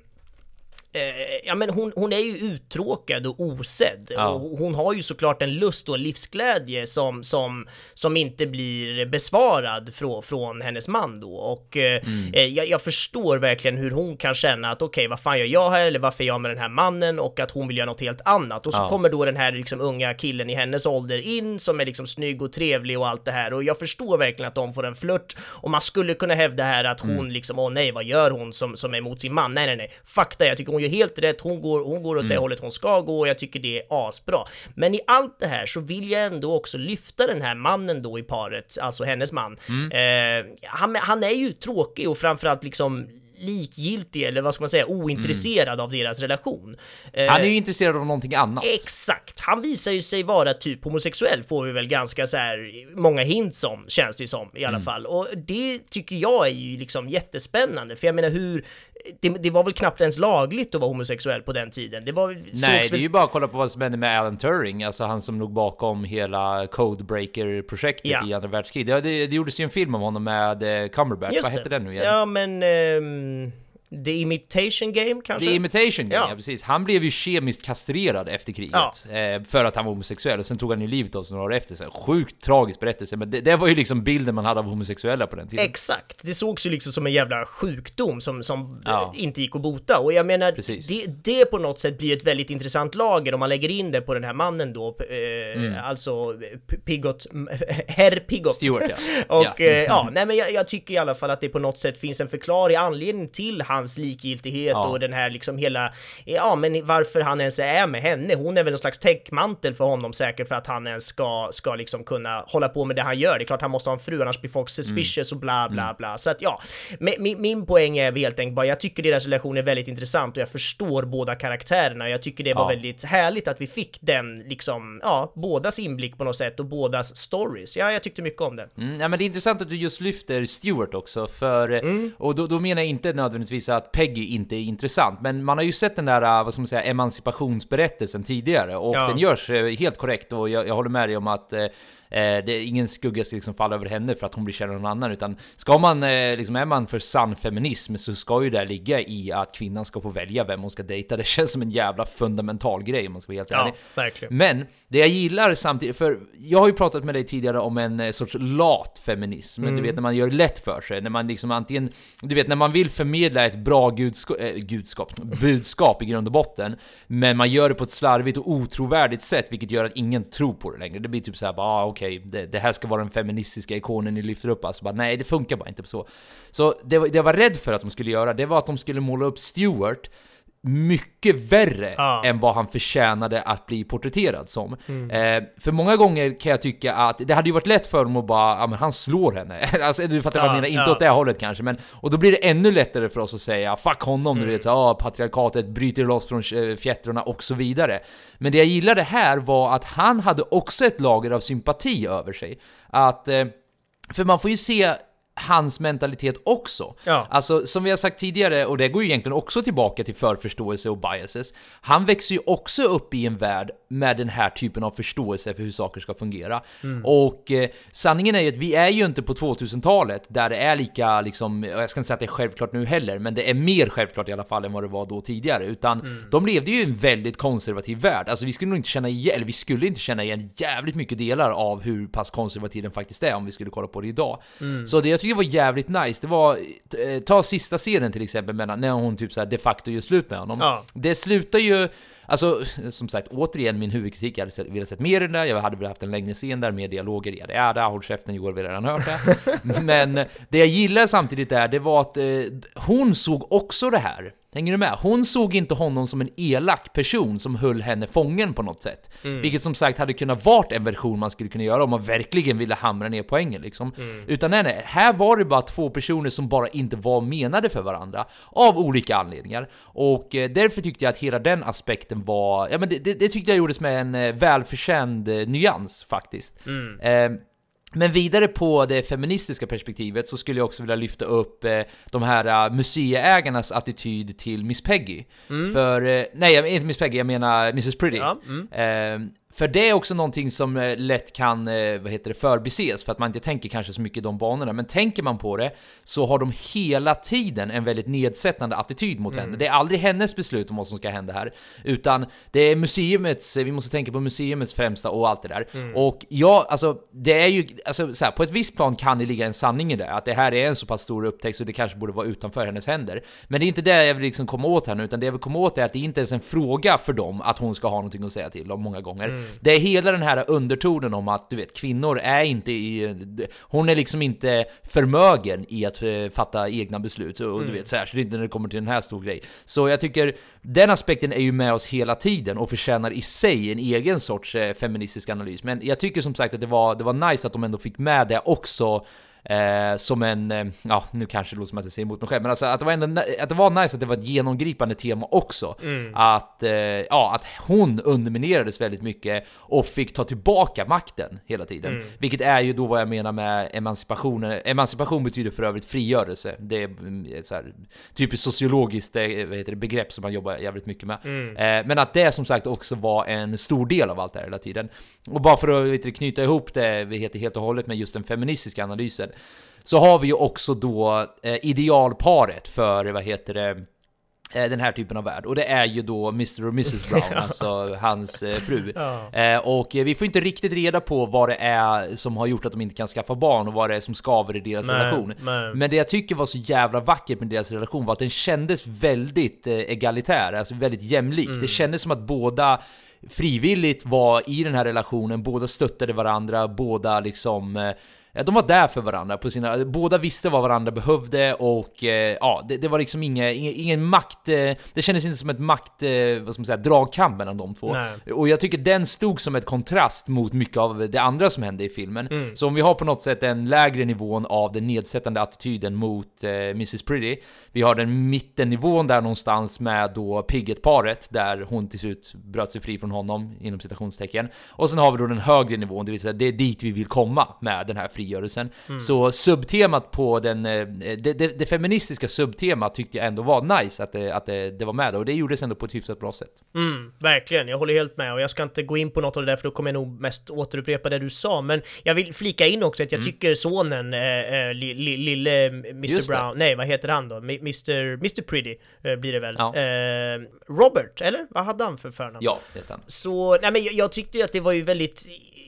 A: ja, men hon, hon är ju uttråkad och osedd, ja. och hon har ju såklart en lust och en livsglädje som, som, som inte blir besvarad från, från hennes man då, och mm. eh, jag, jag förstår verkligen hur hon kan känna att okej, okay, vad fan gör jag här, eller varför är jag med den här mannen, och att hon vill göra något helt annat, och så ja. kommer då den här liksom unga killen i hennes ålder in som är liksom snygg och trevlig och allt det här, och jag förstår verkligen att de får en flört, och man skulle kunna hävda här att hon mm. liksom, åh nej, vad gör hon som, som är emot sin man, nej nej nej, fakta, jag tycker hon gör helt rätt, hon går, hon går åt mm. det hållet hon ska gå, och jag tycker det är asbra. Men i allt det här så vill jag ändå också lyfta den här mannen då i paret, alltså hennes man. Mm. Eh, han, han är ju tråkig och framförallt liksom likgiltig, eller vad ska man säga, ointresserad mm. av deras relation.
J: Han är ju intresserad av någonting annat.
A: Exakt. Han visar ju sig vara typ homosexuell, får vi väl ganska så här många hints om, känns det som i alla mm. fall. Och det tycker jag är ju liksom jättespännande, för jag menar hur det, det var väl knappt ens lagligt att vara homosexuell på den tiden. Det var,
J: Nej, det är ju bara att kolla på vad som hände med Alan Turing, alltså han som låg bakom hela Codebreaker-projektet ja. i andra världskriget. Det, det, det gjordes ju en film om honom med Cumberbatch. Just vad hette den nu igen?
A: Ja, men... Um... The Imitation Game kanske?
J: The Imitation Game, ja. ja precis. Han blev ju kemiskt kastrerad efter kriget ja. eh, för att han var homosexuell, och sen tog han ju livet av sig några år efter. Så sjukt tragisk berättelse, men det, det var ju liksom bilden man hade av homosexuella på den tiden.
A: Exakt, det sågs ju liksom som en jävla sjukdom som, som ja. inte gick att bota. Och jag menar, det, det på något sätt blir ett väldigt intressant lager om man lägger in det på den här mannen då, eh, mm. alltså Pigott, herr Pigott.
J: Stewart, ja.
A: och
J: ja.
A: Eh, ja, nej men jag, jag tycker i alla fall att det på något sätt finns en förklaring, anledning till hans likgiltighet ja. och den här liksom hela, ja men varför han ens är med henne. Hon är väl någon slags täckmantel för honom säkert för att han ens ska, ska liksom kunna hålla på med det han gör. Det är klart han måste ha en fru, annars blir folk suspicious mm. och bla bla mm. bla. Så att ja, min, min poäng är helt enkelt bara, jag tycker deras relation är väldigt intressant och jag förstår båda karaktärerna. Jag tycker det var ja. väldigt härligt att vi fick den liksom, ja, bådas inblick på något sätt och bådas stories. Ja, jag tyckte mycket om det.
J: Mm, ja, men det är intressant att du just lyfter Stewart också, för, mm. och då, då menar jag inte nödvändigtvis att Peggy inte är intressant, men man har ju sett den där, vad ska man säga, emancipationsberättelsen tidigare, och ja. den görs helt korrekt, och jag, jag håller med dig om att eh, det är ingen skugga ska liksom falla över henne för att hon blir kär av någon annan, utan ska man, eh, liksom, är man för sann feminism så ska ju det ligga i att kvinnan ska få välja vem hon ska dejta. Det känns som en jävla fundamental grej om man ska vara helt
A: ja,
J: ärlig.
A: Verkligen.
J: Men det jag gillar samtidigt, för jag har ju pratat med dig tidigare om en sorts lat feminism, mm. du vet när man gör lätt för sig, när man liksom antingen, du vet när man vill förmedla ett bra gudskap, äh, gudskap budskap i grund och botten, men man gör det på ett slarvigt och otrovärdigt sätt, vilket gör att ingen tror på det längre. Det blir typ så här, bara ah, okej, okay, det, det här ska vara den feministiska ikonen ni lyfter upp, alltså bara nej, det funkar bara inte så. Så det, det jag var rädd för att de skulle göra, det var att de skulle måla upp Stewart mycket värre ah. än vad han förtjänade att bli porträtterad som. Mm. Eh, för många gånger kan jag tycka att det hade ju varit lätt för dem att bara, ja men han slår henne. Alltså du fattar ah, vad jag menar, inte ja. åt det hållet kanske, men och då blir det ännu lättare för oss att säga fuck honom, mm. du vet så ja, patriarkatet bryter loss från fjättrarna och så vidare. Men det jag gillade här var att han hade också ett lager av sympati över sig. Att eh, för man får ju se hans mentalitet också. Ja. Alltså som vi har sagt tidigare, och det går ju egentligen också tillbaka till förförståelse och biases. Han växer ju också upp i en värld med den här typen av förståelse för hur saker ska fungera. Mm. Och eh, sanningen är ju att vi är ju inte på tvåtusentalet där det är lika liksom, jag ska inte säga att det är självklart nu heller, men det är mer självklart i alla fall än vad det var då tidigare, utan mm. de levde ju i en väldigt konservativ värld. Alltså vi skulle nog inte känna igen, eller vi skulle inte känna igen jävligt mycket delar av hur pass konservativ den faktiskt är om vi skulle kolla på det idag. Mm. Så det jag tycker var jävligt nice, det var ta sista scenen till exempel med, när hon typ så här de facto gör slut med honom. Ja. Det slutar ju, alltså som sagt, återigen min huvudkritik, jag hade velat sett mer än det, jag hade väl haft en längre scen där med dialoger, ja det är det, håll käften Joel, vi har redan hört det. Men det jag gillar samtidigt är, det var att eh, hon såg också det här. Hänger du med? Hon såg inte honom som en elak person som höll henne fången på något sätt. Mm. Vilket som sagt hade kunnat varit en version man skulle kunna göra om man verkligen ville hamra ner poängen liksom. Mm. Utan nej, nej, här var det bara två personer som bara inte var menade för varandra av olika anledningar. Och eh, därför tyckte jag att hela den aspekten var, ja men det, det, det tyckte jag gjordes med en eh, välförtjänd eh, nyans faktiskt. Mm. Eh, Men vidare på det feministiska perspektivet så skulle jag också vilja lyfta upp eh, de här uh, museiägarnas attityd till Miss Peggy. Mm. För, eh, nej, inte Miss Peggy, jag menar missus Pretty. Ja. Mm. Eh, För det är också någonting som eh, lätt kan eh, vad heter det, förbises, för att man inte tänker kanske så mycket i de banorna. Men tänker man på det så har de hela tiden en väldigt nedsättande attityd mot mm. henne. Det är aldrig hennes beslut om vad som ska hända här, utan det är museumets, vi måste tänka på museumets främsta och allt det där. Mm. Och ja, alltså det är ju, alltså så här, på ett visst plan kan det ligga en sanning i det, att det här är en så pass stor upptäckt så det kanske borde vara utanför hennes händer. Men det är inte det jag vill liksom komma åt här nu, utan det jag vill komma åt är att det inte ens är en fråga för dem att hon ska ha någonting att säga till om många gånger. Mm. Det är hela den här undertonen om att du vet, kvinnor är inte i, hon är liksom inte förmögen i att uh, fatta egna beslut och mm. du vet, särskilt inte när det kommer till den här stor grej. Så jag tycker den aspekten är ju med oss hela tiden och förtjänar i sig en egen sorts uh, feministisk analys. Men jag tycker som sagt att det var, det var nice att de ändå fick med det också Eh, som en, eh, ja nu kanske det låter som att jag säger emot mig själv, men alltså att det var ändå, att det var nice att det var ett genomgripande tema också. Mm. Att, eh, ja, att hon underminerades väldigt mycket och fick ta tillbaka makten hela tiden. Mm. Vilket är ju då vad jag menar med emancipation. Emancipation betyder för övrigt frigörelse. Det är ett så här typiskt sociologiskt vad heter det, begrepp som man jobbar jävligt mycket med. Mm. Eh, men att det som sagt också var en stor del av allt det här hela tiden. Och bara för att vet du, knyta ihop det vi heter helt och hållet med just den feministiska analysen, så har vi ju också då eh, idealparet för vad heter det eh, den här typen av värld, och det är ju då mister och missus Brown, alltså hans eh, fru. Ja. Eh, och eh, vi får inte riktigt reda på vad det är som har gjort att de inte kan skaffa barn och vad det är som skaver i deras men, relation. Men. men det jag tycker var så jävla vackert med deras relation var att den kändes väldigt eh, egalitär, alltså väldigt jämlik. Mm. Det kändes som att båda frivilligt var i den här relationen, båda stöttade varandra, båda liksom eh, de var där för varandra på sina, båda visste vad varandra behövde, och eh, ja, det, det var liksom ingen, ingen, ingen makt, eh, det kändes inte som ett makt, eh, vad ska man säga, dragkamp mellan de två. Nej. Och jag tycker den stod som ett kontrast mot mycket av det andra som hände i filmen. Mm. Så om vi har på något sätt en lägre nivån av den nedsättande attityden mot eh, missus Pretty, vi har den mittennivån där någonstans med då Pigget-paret, där hon till slut bröt sig fri från honom inom citationstecken, och sen har vi då den högre nivån, det vill säga det är dit vi vill komma med den här fri frigörelsen. Mm. Så subtemat på den det, det, det feministiska subtemat tyckte jag ändå var nice att det, att det, det var med, och det gjordes ändå på ett hyfsat bra sätt.
A: Mm, verkligen, jag håller helt med, och jag ska inte gå in på något av det där för då kommer jag nog mest återupprepa det du sa, men jag vill flika in också att jag mm. tycker sonen äh, li, li, lille mister Brown, nej vad heter han då? mister mister Pretty äh, blir det väl. Ja. Äh, Robert, eller? Vad hade han för förnamn?
J: Ja, det heter han.
A: Så, nej men jag, jag tyckte ju att det var ju väldigt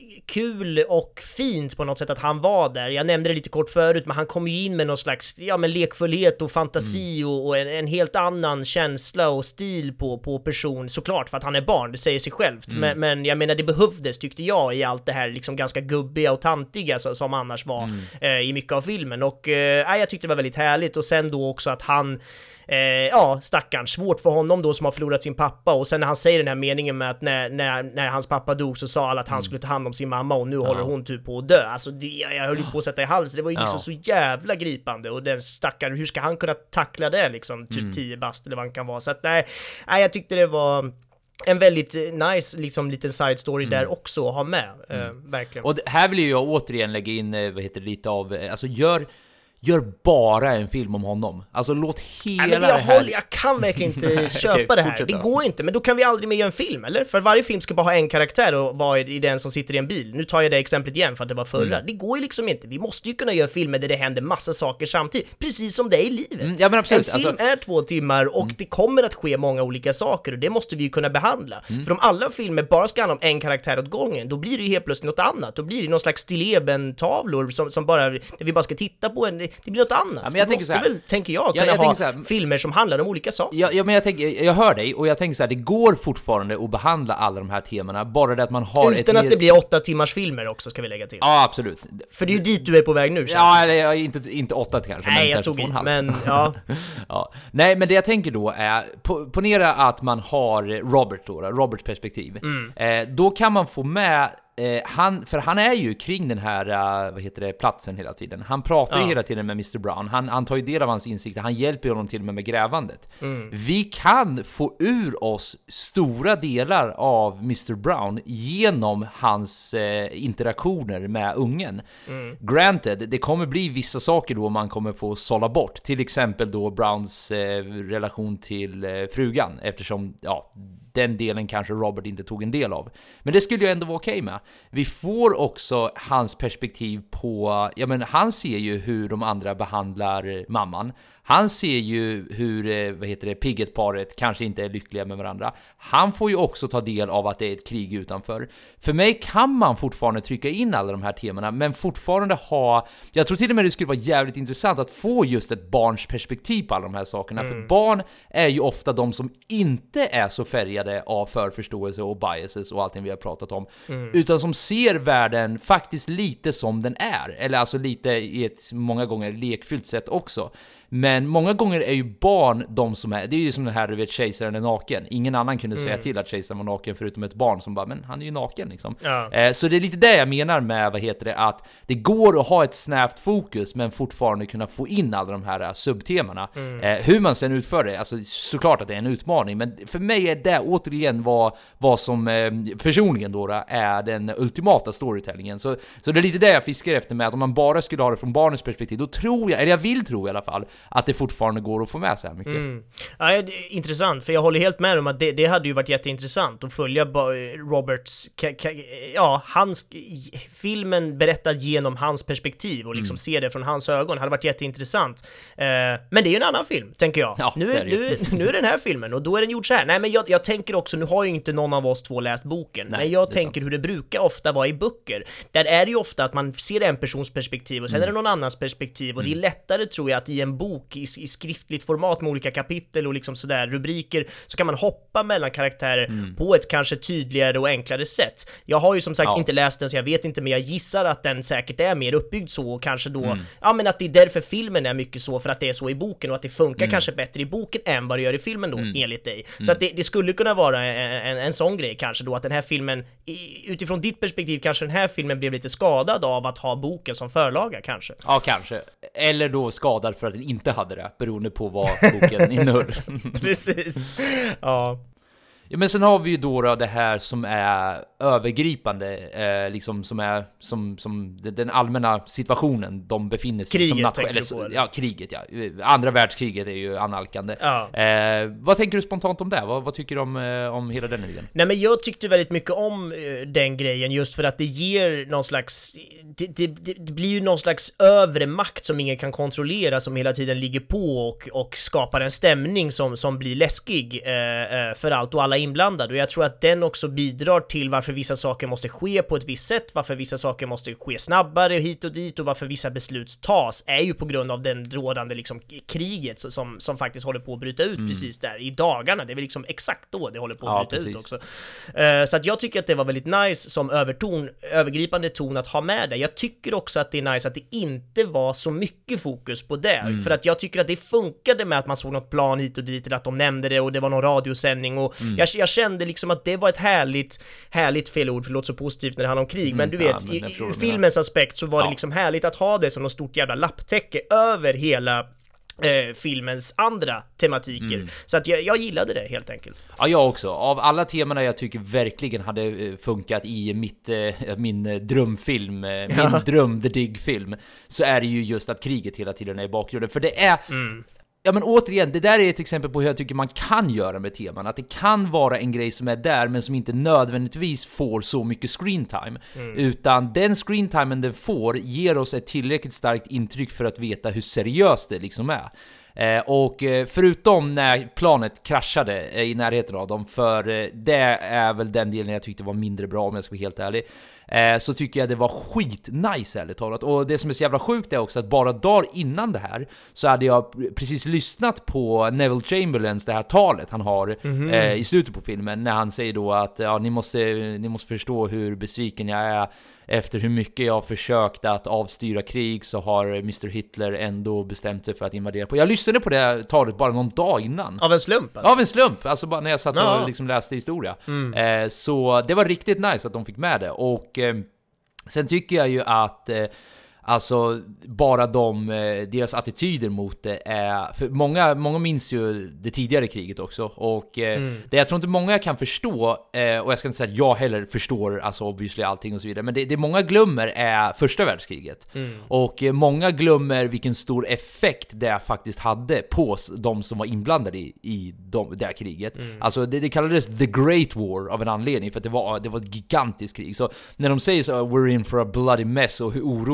A: kul och fint på något sätt att han var där. Jag nämnde det lite kort förut, men han kom ju in med någon slags ja, men lekfullhet och fantasi mm. och, och en, en helt annan känsla och stil på, på person, såklart för att han är barn, det säger sig självt. Mm. Men, men jag menar, det behövdes tyckte jag i allt det här liksom ganska gubbiga och tantiga så, som annars var mm. eh, i mycket av filmen. Och eh, jag tyckte det var väldigt härligt, och sen då också att han Eh, ja, stackarn, svårt för honom då som har förlorat sin pappa, och sen när han säger den här meningen med att när, när, när hans pappa dog så sa alla att han skulle ta hand om sin mamma, och nu ja. håller hon typ på att dö. Alltså det, jag höll ju på att sätta i halsen, det var ju liksom ja. så jävla gripande, och den stackarn, hur ska han kunna tackla det liksom, typ mm. tio bast eller vad han kan vara. Så att nej, nej jag tyckte det var en väldigt nice liksom liten side story mm. där också att ha med, mm. eh, verkligen.
J: Och här vill jag återigen lägga in, vad heter det, lite av, alltså gör Gör bara en film om honom. Alltså låt hela Nej, men det,
A: jag,
J: det här...
A: håller, jag kan verkligen inte köpa okay, det här.
J: Fortsätta.
A: Det går inte, men då kan vi aldrig mer göra en film, eller? För varje film ska bara ha en karaktär och vara i den som sitter i en bil. Nu tar jag det exemplet igen för att det var förra. Mm. Det går ju liksom inte. Vi måste ju kunna göra filmer där det händer massa saker samtidigt. Precis som det är i livet. Mm, ja, men absolut. En film alltså... är två timmar och mm. det kommer att ske många olika saker, och det måste vi ju kunna behandla. Mm. För om alla filmer bara ska handla om en karaktär åt gången, då blir det ju helt plötsligt något annat. Då blir det någon slags stilleben-tavlor som, som bara, där vi bara ska titta på en, det blir något annat. Ja, men jag tänker så här, väl, tänker jag, kunna jag, jag ha så här, filmer som handlar om olika saker.
J: Ja, ja men jag tänker, jag hör dig, och jag tänker så här, det går fortfarande att behandla alla de här temana, bara det att man har
A: utan ett att mer... det blir åtta timmars filmer också, ska vi lägga till.
J: Ja, absolut.
A: För det är ju dit du är på väg nu.
J: Ja, eller inte, inte åtta kanske.
A: Nej,
J: men
A: jag
J: kanske
A: tog in, men ja.
J: ja. Nej, men det jag tänker då är, på, ponera att man har Robert då, Roberts perspektiv. Mm. Eh, då kan man få med Eh, han, för han är ju kring den här uh, vad heter det, platsen hela tiden. Han pratar ja. ju hela tiden med mister Brown. Han, han tar ju del av hans insikter. Han hjälper honom till och med med grävandet. Mm. Vi kan få ur oss stora delar av mister Brown genom hans eh, interaktioner med ungen. Mm. Granted, det kommer bli vissa saker då man kommer få sålla bort. Till exempel då Browns eh, relation till eh, frugan. Eftersom, ja, den delen kanske Robert inte tog en del av. Men det skulle ju ändå vara okej okay med. Vi får också hans perspektiv på, ja men han ser ju hur de andra behandlar mamman. Han ser ju hur, vad heter det, Pigget-paret kanske inte är lyckliga med varandra. Han får ju också ta del av att det är ett krig utanför. För mig kan man fortfarande trycka in alla de här temana, men fortfarande ha, jag tror till och med det skulle vara jävligt intressant att få just ett barns perspektiv på alla de här sakerna. Mm. För barn är ju ofta de som inte är så färgade av förförståelse och biases och allting vi har pratat om. Mm. Utan utan som ser världen faktiskt lite som den är, eller alltså lite i ett många gånger lekfyllt sätt också. Men många gånger är ju barn de som är, det är ju som den här, du vet, kejsaren är naken. Ingen annan kunde säga mm. till att kejsaren var naken förutom ett barn som bara, men han är ju naken liksom. Ja. Eh, så det är lite det jag menar med, vad heter det, att det går att ha ett snävt fokus men fortfarande kunna få in alla de här subtemana. Mm. Eh, hur man sen utför det, alltså såklart att det är en utmaning, men för mig är det återigen vad, vad som eh, personligen då är den ultimata storytellingen. Så, så det är lite det jag fiskar efter med, att om man bara skulle ha det från barnens perspektiv, då tror jag, eller jag vill tro i alla fall, att det fortfarande går att få med sig här mycket. Mm.
A: Ja, det är intressant, för jag håller helt med om att det, det hade ju varit jätteintressant att följa Roberts, ja, hans filmen berättad genom hans perspektiv och liksom mm. se det från hans ögon, hade varit jätteintressant. Eh, men det är ju en annan film, tänker jag. Ja, nu, är, nu, nu är den här filmen, och då är den gjord så här. Nej, men jag, jag tänker också, nu har ju inte någon av oss två läst boken, Nej, men jag tänker sant. hur det brukar ofta vara i böcker. Där är det ju ofta att man ser en persons perspektiv och sen mm. är det någon annans perspektiv, och mm. det är lättare, tror jag, att i en bok i, i skriftligt format med olika kapitel och liksom sådär rubriker, så kan man hoppa mellan karaktärer mm. på ett kanske tydligare och enklare sätt. Jag har ju som sagt ja. inte läst den, så jag vet inte, men jag gissar att den säkert är mer uppbyggd så, och kanske då, mm. ja, men att det är därför filmen är mycket så, för att det är så i boken, och att det funkar mm. kanske bättre i boken än vad det gör i filmen då, mm. enligt dig. Så mm. att det, det skulle kunna vara en, en, en sån grej kanske då, att den här filmen, utifrån ditt perspektiv, kanske den här filmen blev lite skadad av att ha boken som förlaga kanske.
J: Ja, kanske. Eller då skadad för att den inte hade det, beroende på vad boken innehöll.
A: Precis. Ja.
J: Ja, men sen har vi ju då det här som är övergripande, eh, liksom som är som, som den allmänna situationen de befinner sig
A: kriget,
J: som
A: nation- eller, på, eller?
J: Ja, kriget, ja. Andra världskriget är ju analkande.
A: Ja.
J: Eh, vad tänker du spontant om det? Vad, vad tycker du om, eh, om hela den idén?
A: Nej, men jag tyckte väldigt mycket om eh, den grejen, just för att det ger någon slags, det, det, det, det blir ju någon slags övre makt som ingen kan kontrollera, som hela tiden ligger på och, och skapar en stämning som, som blir läskig eh, för allt och alla inblandade, och jag tror att den också bidrar till varför vissa saker måste ske på ett visst sätt, varför vissa saker måste ske snabbare hit och dit, och varför vissa beslut tas, är ju på grund av den rådande liksom kriget som, som faktiskt håller på att bryta ut mm. precis där i dagarna. Det är väl liksom exakt då det håller på att ja, bryta precis. ut också. Uh, så att jag tycker att det var väldigt nice som överton, övergripande ton att ha med det. Jag tycker också att det är nice att det inte var så mycket fokus på det, mm. för att jag tycker att det funkade med att man såg något plan hit och dit, eller att de nämnde det och det var någon radiosändning, och mm. jag jag kände liksom att det var ett härligt, härligt fel ord, för det låter så positivt när det handlar om krig, mm, men du vet, ja, men i, i filmens aspekt så var ja. det liksom härligt att ha det som något stort jävla lapptäcke över hela eh, filmens andra tematiker. Mm. Så att jag, jag gillade det helt enkelt.
J: Ja, jag också. Av alla temana jag tycker verkligen hade funkat i mitt, eh, min drömfilm, min ja. dröm The Dig-film, så är det ju just att kriget hela tiden är i bakgrunden. För det är... Mm. Ja, men återigen, det där är ett exempel på hur jag tycker man kan göra med teman. Att det kan vara en grej som är där, men som inte nödvändigtvis får så mycket screentime. Mm. Utan den screentimen den får ger oss ett tillräckligt starkt intryck för att veta hur seriöst det liksom är. Eh, och eh, förutom när planet kraschade eh, i närheten av dem, för eh, det är väl den delen jag tyckte var mindre bra, om jag ska vara helt ärlig, eh, så tycker jag det var skit nice, ärligt talat. Och det som är så jävla sjukt är också att bara dagar innan det här så hade jag precis lyssnat på Neville Chamberlains, det här talet han har mm-hmm. eh, i slutet på filmen, när han säger då att ja, ni, måste, ni måste förstå hur besviken jag är. Efter hur mycket jag har försökt att avstyra krig, så har mister Hitler ändå bestämt sig för att invadera på. Jag lyssnade på det talet bara någon dag innan.
A: Av en slump? Alltså.
J: Av en slump, alltså bara när jag satt ja. och liksom läste historia. Mm. Eh, så det var riktigt nice att de fick med det. Och eh, sen tycker jag ju att... Eh, Alltså bara de, deras attityder mot det är, för många, många minns ju det tidigare kriget också, och mm. det jag tror inte många kan förstå, och jag ska inte säga att jag heller förstår alltså obviously allting och så vidare, men det, det många glömmer är första världskriget mm. och många glömmer vilken stor effekt det faktiskt hade på de som var inblandade i, i de, det här kriget. Mm. Alltså det, det kallades The Great War av en anledning, för att det var, det var ett gigantiskt krig. Så när de säger så, we're in for a bloody mess, och hur oroliga de är,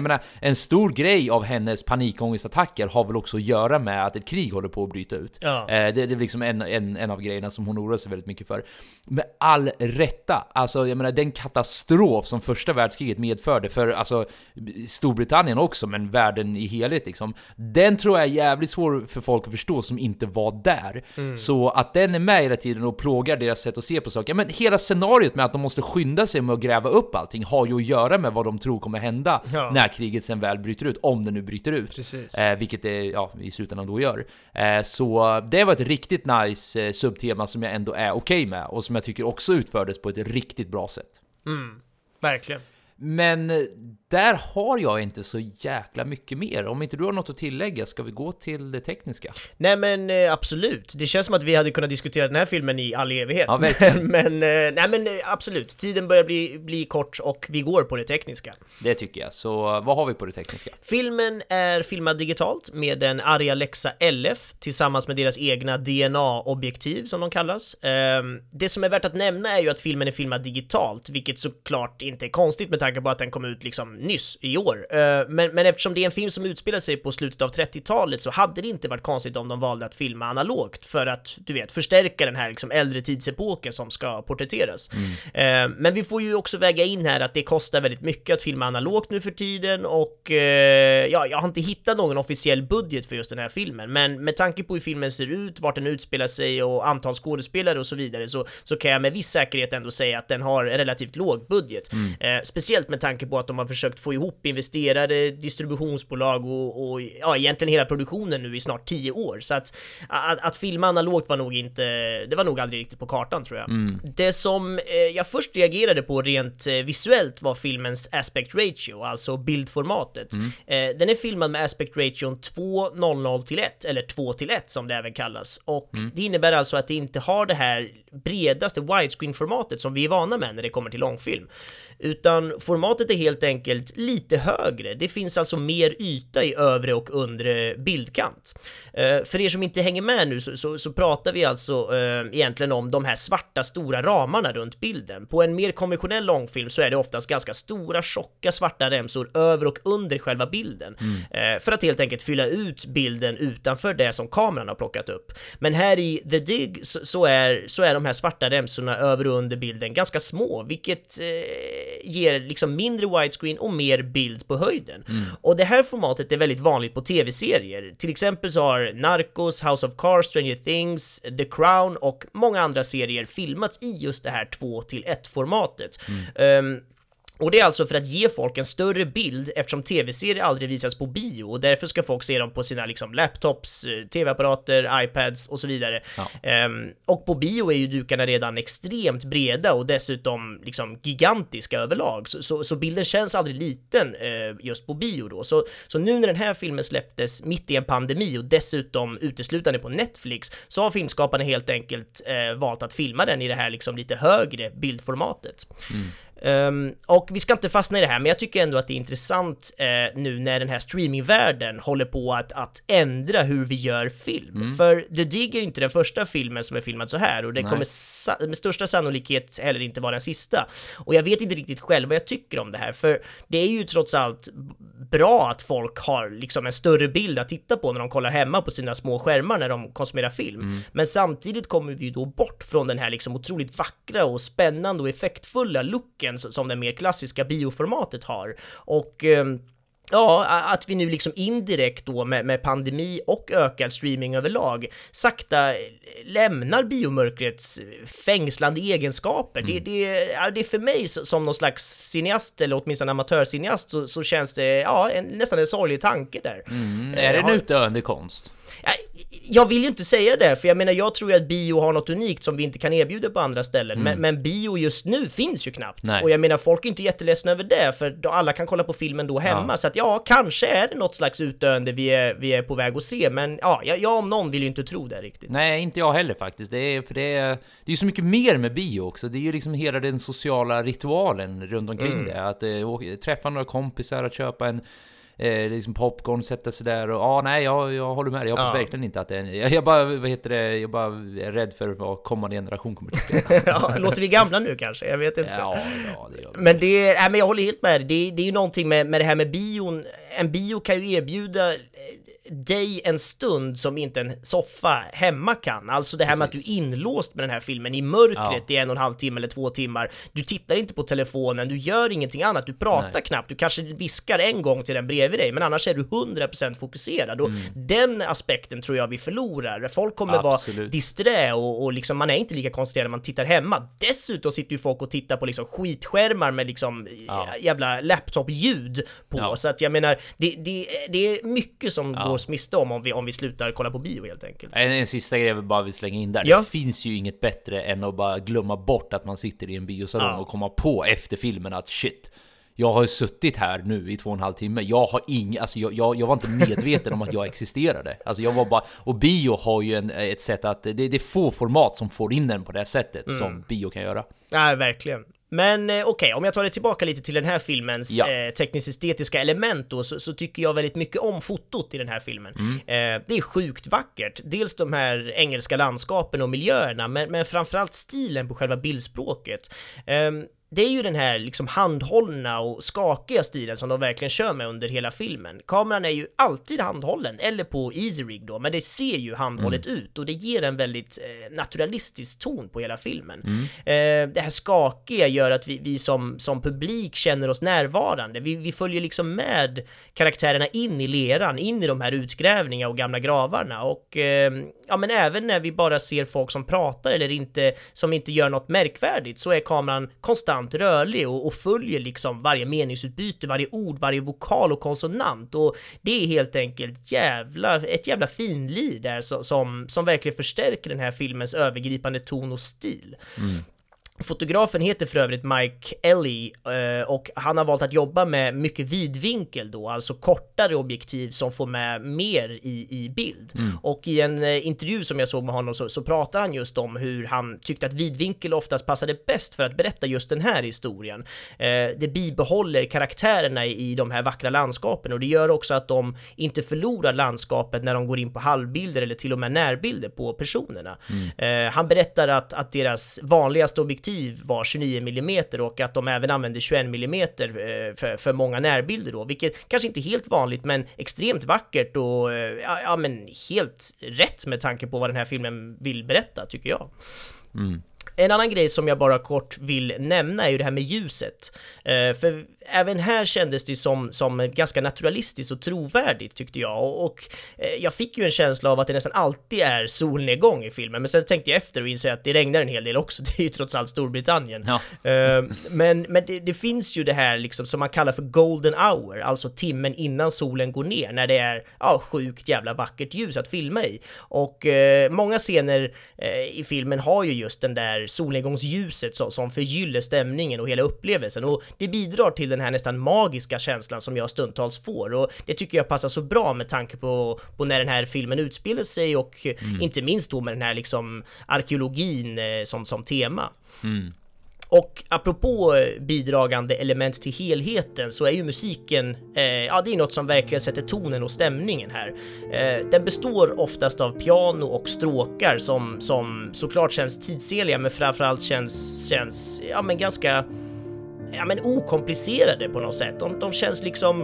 J: jag menar, en stor grej av hennes panikångestattacker har väl också att göra med att ett krig håller på att bryta ut.
A: Ja.
J: Eh, det, det är liksom en, en, en av grejerna som hon oroar sig väldigt mycket för. Med all rätta, alltså jag menar, den katastrof som första världskriget medförde för alltså Storbritannien också, men världen i helhet liksom, den tror jag är jävligt svår för folk att förstå som inte var där. Mm. Så att den är med hela tiden och plågar deras sätt att se på saker. Men hela scenariot med att de måste skynda sig med att gräva upp allting har ju att göra med vad de tror kommer hända ja. när kriget sen väl bryter ut, om det nu bryter ut. Eh, vilket det ja, i slutändan då gör. Eh, så det var ett riktigt nice eh, subtema som jag ändå är okej okay med och som jag tycker också utfördes på ett riktigt bra sätt.
A: Mm, verkligen.
J: Men där har jag inte så jäkla mycket mer. Om inte du har något att tillägga, ska vi gå till det tekniska?
A: Nej men eh, absolut. Det känns som att vi hade kunnat diskutera den här filmen i all evighet.
J: Ja,
A: men, men, eh, nej, men eh, absolut. Tiden börjar bli, bli kort och vi går på det tekniska.
J: Det tycker jag. Så vad har vi på det tekniska?
A: Filmen är filmad digitalt med en Arri Alexa L F tillsammans med deras egna D N A-objektiv som de kallas. Eh, det som är värt att nämna är ju att filmen är filmad digitalt, vilket såklart inte är konstigt med tanke på att den kom ut liksom nyss i år. Men, men eftersom det är en film som utspelar sig på slutet av trettiotalet så hade det inte varit konstigt om de valde att filma analogt för att, du vet, förstärka den här liksom äldre tidsepoken som ska porträtteras. Mm. Men vi får ju också väga in här att det kostar väldigt mycket att filma analogt nu för tiden och ja, jag har inte hittat någon officiell budget för just den här filmen, men med tanke på hur filmen ser ut, vart den utspelar sig och antal skådespelare och så vidare så, så kan jag med viss säkerhet ändå säga att den har relativt låg budget. Mm. Speciellt med tanke på att de har försökt få ihop investerare, distributionsbolag och, och ja, egentligen hela produktionen nu i snart tio år. Så att, att, att filma analogt var nog inte, det var nog aldrig riktigt på kartan tror jag. Mm. Det som eh, jag först reagerade på rent eh, visuellt var filmens aspect ratio, alltså bildformatet. Mm. Eh, den är filmad med aspect ration två noll noll till ett, eller två till ett som det även kallas. Och mm. det innebär alltså att det inte har det här bredaste widescreen-formatet som vi är vana med när det kommer till långfilm. Utan formatet är helt enkelt lite högre. Det finns alltså mer yta i övre och undre bildkant. Uh, för er som inte hänger med nu så, så, så pratar vi alltså uh, egentligen om de här svarta stora ramarna runt bilden. På en mer konventionell långfilm så är det oftast ganska stora, tjocka svarta remsor över och under själva bilden. Mm. Uh, för att helt enkelt fylla ut bilden utanför det som kameran har plockat upp. Men här i The Dig så, så, är, så är de här svarta remsorna över och under bilden ganska små, vilket uh, ger liksom mindre widescreen och mer bild på höjden. Mm. Och det här formatet är väldigt vanligt på tv-serier. Till exempel så har Narcos, House of Cards, Stranger Things, The Crown och många andra serier filmats i just det här två till ett-formatet. Mm. Um, Och det är alltså för att ge folk en större bild eftersom tv-serier aldrig visas på bio och därför ska folk se dem på sina liksom laptops, tv-apparater, iPads och så vidare. Ja. Um, och på bio är ju dukarna redan extremt breda och dessutom liksom gigantiska överlag. Så, så, så bilden känns aldrig liten uh, just på bio då. Så, så nu när den här filmen släpptes mitt i en pandemi och dessutom uteslutande på Netflix så har filmskaparna helt enkelt uh, valt att filma den i det här liksom lite högre bildformatet. Mm. Um, och vi ska inte fastna i det här, men jag tycker ändå att det är intressant uh, nu när den här streamingvärlden håller på att, att ändra hur vi gör film. Mm. För The Dig är ju inte den första filmen som är filmad så här och det Nej. kommer sa- med största sannolikhet heller inte vara den sista. Och jag vet inte riktigt själv vad jag tycker om det här, för det är ju trots allt bra att folk har liksom en större bild att titta på när de kollar hemma på sina små skärmar när de konsumerar film. Mm. Men samtidigt kommer vi ju då bort från den här liksom otroligt vackra och spännande och effektfulla looken som det mer klassiska bioformatet har. Och ja, att vi nu liksom indirekt då med, med pandemi och ökad streaming överlag sakta lämnar biomörkrets fängslande egenskaper. Mm. Det, det, det är för mig som någon slags cineast eller åtminstone amatörcineast så, så känns det ja, en, nästan en sorglig tanke där.
J: Mm. Är det en utdöende konst?
A: Jag vill ju inte säga det, för jag menar jag tror ju att bio har något unikt som vi inte kan erbjuda på andra ställen, mm. men, men bio just nu finns ju knappt. Nej. Och jag menar folk är inte jätteledsna över det, för då alla kan kolla på filmen då hemma, ja. Så att ja, kanske är det något slags utdöende vi är, vi är på väg att se, men ja, jag, jag om någon vill ju inte tro det riktigt.
J: Nej, inte jag heller faktiskt, det är, för det är, det är ju så mycket mer med bio också, det är ju liksom hela den sociala ritualen runt omkring mm. det, att äh, träffa några kompisar, att köpa en eh, liksom popcorn, sätta sig där och ja, ah, nej, jag, jag håller med. Jag hoppas
A: ja.
J: verkligen inte att det är, jag, jag bara, vad heter det, jag bara är rädd för vad kommande generation kommer tycka.
A: Ja, låter vi gamla nu kanske? Jag vet inte.
J: Ja, ja det gör vi.
A: Men det är, nej, men jag håller helt med dig. Det, det är ju någonting med, med det här med bion. En bio kan ju erbjuda dig en stund som inte en soffa hemma kan. Alltså det här Precis. med att du är inlåst med den här filmen i mörkret ja. i en och en halv timme eller två timmar. Du tittar inte på telefonen, du gör ingenting annat, du pratar Nej. knappt, du kanske viskar en gång till den bredvid dig, men annars är du hundra procent fokuserad. Och mm. den aspekten tror jag vi förlorar. Folk kommer Absolut. vara disträ och, och liksom, man är inte lika koncentrerad när man tittar hemma. Dessutom sitter ju folk och tittar på liksom skitskärmar med liksom ja. jävla laptop-ljud på. Ja. Så att jag menar, det, det, det är mycket som ja. går smista om om vi, om vi slutar kolla på bio helt enkelt.
J: En, en sista grej jag bara vill slänga in där.
A: Ja.
J: Det finns ju inget bättre än att bara glömma bort att man sitter i en biosalong ja. och komma på efter filmen att shit, jag har suttit här nu i två och en halv timme. Jag har ing, alltså jag, jag, jag var inte medveten om att jag existerade. Alltså jag var bara, och bio har ju en, ett sätt att, det, det är få format som får in den på det här sättet mm. som bio kan göra.
A: Ja, verkligen. Men eh, okej, okay, om jag tar det tillbaka lite till den här filmens ja. eh, tekniskt-estetiska element då, så, så tycker jag väldigt mycket om fotot i den här filmen. Mm. Eh, det är sjukt vackert. Dels de här engelska landskapen och miljöerna, men, men framförallt stilen på själva bildspråket. Eh, det är ju den här liksom handhållna och skakiga stilen som de verkligen kör med under hela filmen. Kameran är ju alltid handhållen, eller på easy rig då, men det ser ju handhållet mm. ut och det ger en väldigt eh, naturalistisk ton på hela filmen. Mm. Eh, det här skakiga gör att vi, vi som, som publik känner oss närvarande. Vi, vi följer liksom med karaktärerna in i leran, in i de här utgrävningarna och gamla gravarna och eh, ja, men även när vi bara ser folk som pratar eller inte, som inte gör något märkvärdigt, så är kameran konstant rörlig och, och följer liksom varje meningsutbyte, varje ord, varje vokal och konsonant, och det är helt enkelt jävla, ett jävla finlir där så, som, som verkligen förstärker den här filmens övergripande ton och stil. Mm. Fotografen heter för övrigt Mike Ellie och han har valt att jobba med mycket vidvinkel då, alltså kortare objektiv som får med mer i, i bild. Mm. Och i en intervju som jag såg med honom så, så pratar han just om hur han tyckte att vidvinkel oftast passade bäst för att berätta just den här historien. Det bibehåller karaktärerna i de här vackra landskapen och det gör också att de inte förlorar landskapet när de går in på halvbilder eller till och med närbilder på personerna. Mm. Han berättar att, att deras vanligaste objektiv var tjugonio millimeter och att de även använder tjugoen millimeter för, för många närbilder då, vilket kanske inte är helt vanligt men extremt vackert och ja, ja men helt rätt med tanke på vad den här filmen vill berätta, tycker jag. Mm. En annan grej som jag bara kort vill nämna är ju det här med ljuset. Eh, för även här kändes det som, som ganska naturalistiskt och trovärdigt, tyckte jag. Och, och eh, jag fick ju en känsla av att det nästan alltid är solnedgång i filmen. Men sen tänkte jag efter och insåg att det regnar en hel del också. Det är ju trots allt Storbritannien. Ja. Eh, men men det, det finns ju det här liksom som man kallar för golden hour. Alltså timmen innan solen går ner. När det är ja, sjukt jävla vackert ljus att filma i. Och eh, många scener eh, i filmen har ju just den där solnedgångsljuset som, som förgyller stämningen och hela upplevelsen, och det bidrar till den här nästan magiska känslan som jag stundtals får, och det tycker jag passar så bra med tanke på, på när den här filmen utspelar sig och mm. inte minst då med den här liksom arkeologin eh, som, som tema. Mm. Och apropå bidragande element till helheten så är ju musiken, eh, ja det är något som verkligen sätter tonen och stämningen här. Eh, den består oftast av piano och stråkar som, som såklart känns tidsenliga men framförallt känns, känns ja men ganska ja men okomplicerade på något sätt. De, de känns liksom...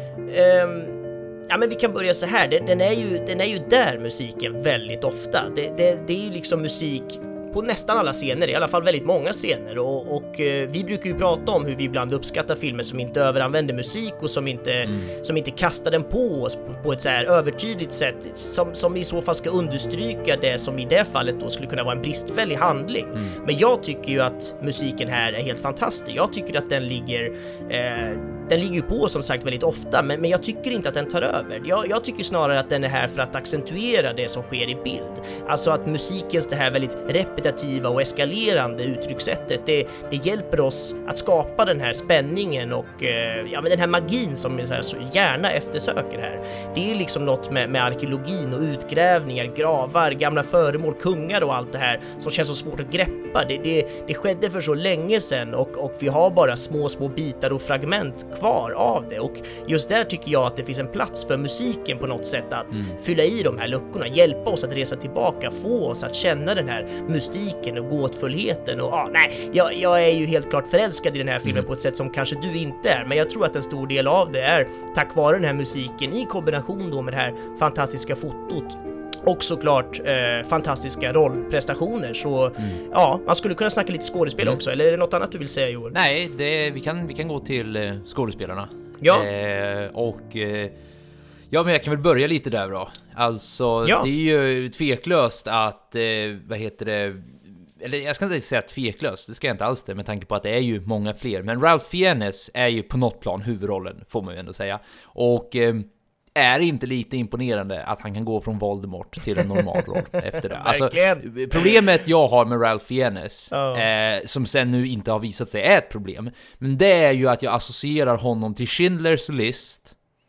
A: Eh, ja men vi kan börja så här, den, den, är, ju, den är ju där musiken väldigt ofta. Det, det, det är ju liksom musik på nästan alla scener, i alla fall väldigt många scener, och, och eh, vi brukar ju prata om hur vi ibland uppskattar filmer som inte överanvänder musik och som inte, mm. som inte kastar den på oss på, på ett så här övertydligt sätt som, som i så fall ska understryka det som i det fallet då skulle kunna vara en bristfällig handling. Mm. Men jag tycker ju att musiken här är helt fantastisk. Jag tycker att den ligger eh, den ligger ju på som sagt väldigt ofta, men, men jag tycker inte att den tar över. Jag, jag tycker snarare att den är här för att accentuera det som sker i bild. Alltså att musikens det här väldigt repetitiva och eskalerande uttryckssättet, det, det hjälper oss att skapa den här spänningen och eh, ja, men den här magin som vi så här, så gärna eftersöker här. Det är liksom något med, med arkeologin och utgrävningar, gravar, gamla föremål, kungar och allt det här som känns så svårt att greppa. Det, det, det skedde för så länge sedan och, och vi har bara små, små bitar och fragment kvar av det, och just där tycker jag att det finns en plats för musiken på något sätt att mm. fylla i de här luckorna, hjälpa oss att resa tillbaka, få oss att känna den här mystiken och gåtfullheten. Och ah, nej, jag, jag är ju helt klart förälskad i den här filmen mm. på ett sätt som kanske du inte är, men jag tror att en stor del av det är tack vare den här musiken i kombination då med det här fantastiska fotot. Och såklart eh, fantastiska rollprestationer. Så mm. ja, man skulle kunna snacka lite skådespel mm. också. Eller är det något annat du vill säga, Joel?
J: Nej, det, vi, kan, vi kan gå till eh, skådespelarna.
A: Ja.
J: Eh, och eh, ja, men jag kan väl börja lite där då. Alltså,
A: ja.
J: det är ju tveklöst att, eh, vad heter det... Eller jag ska inte säga tveklöst, det ska jag inte alls det, med tanke på att det är ju många fler. Men Ralph Fiennes är ju på något plan huvudrollen, får man ju ändå säga. Och... Eh, är inte lite imponerande att han kan gå från Voldemort till en normal roll efter det. Alltså, problemet jag har med Ralph Fiennes, oh. eh, som sen nu inte har visat sig är ett problem, men det är ju att jag associerar honom till Schindler's List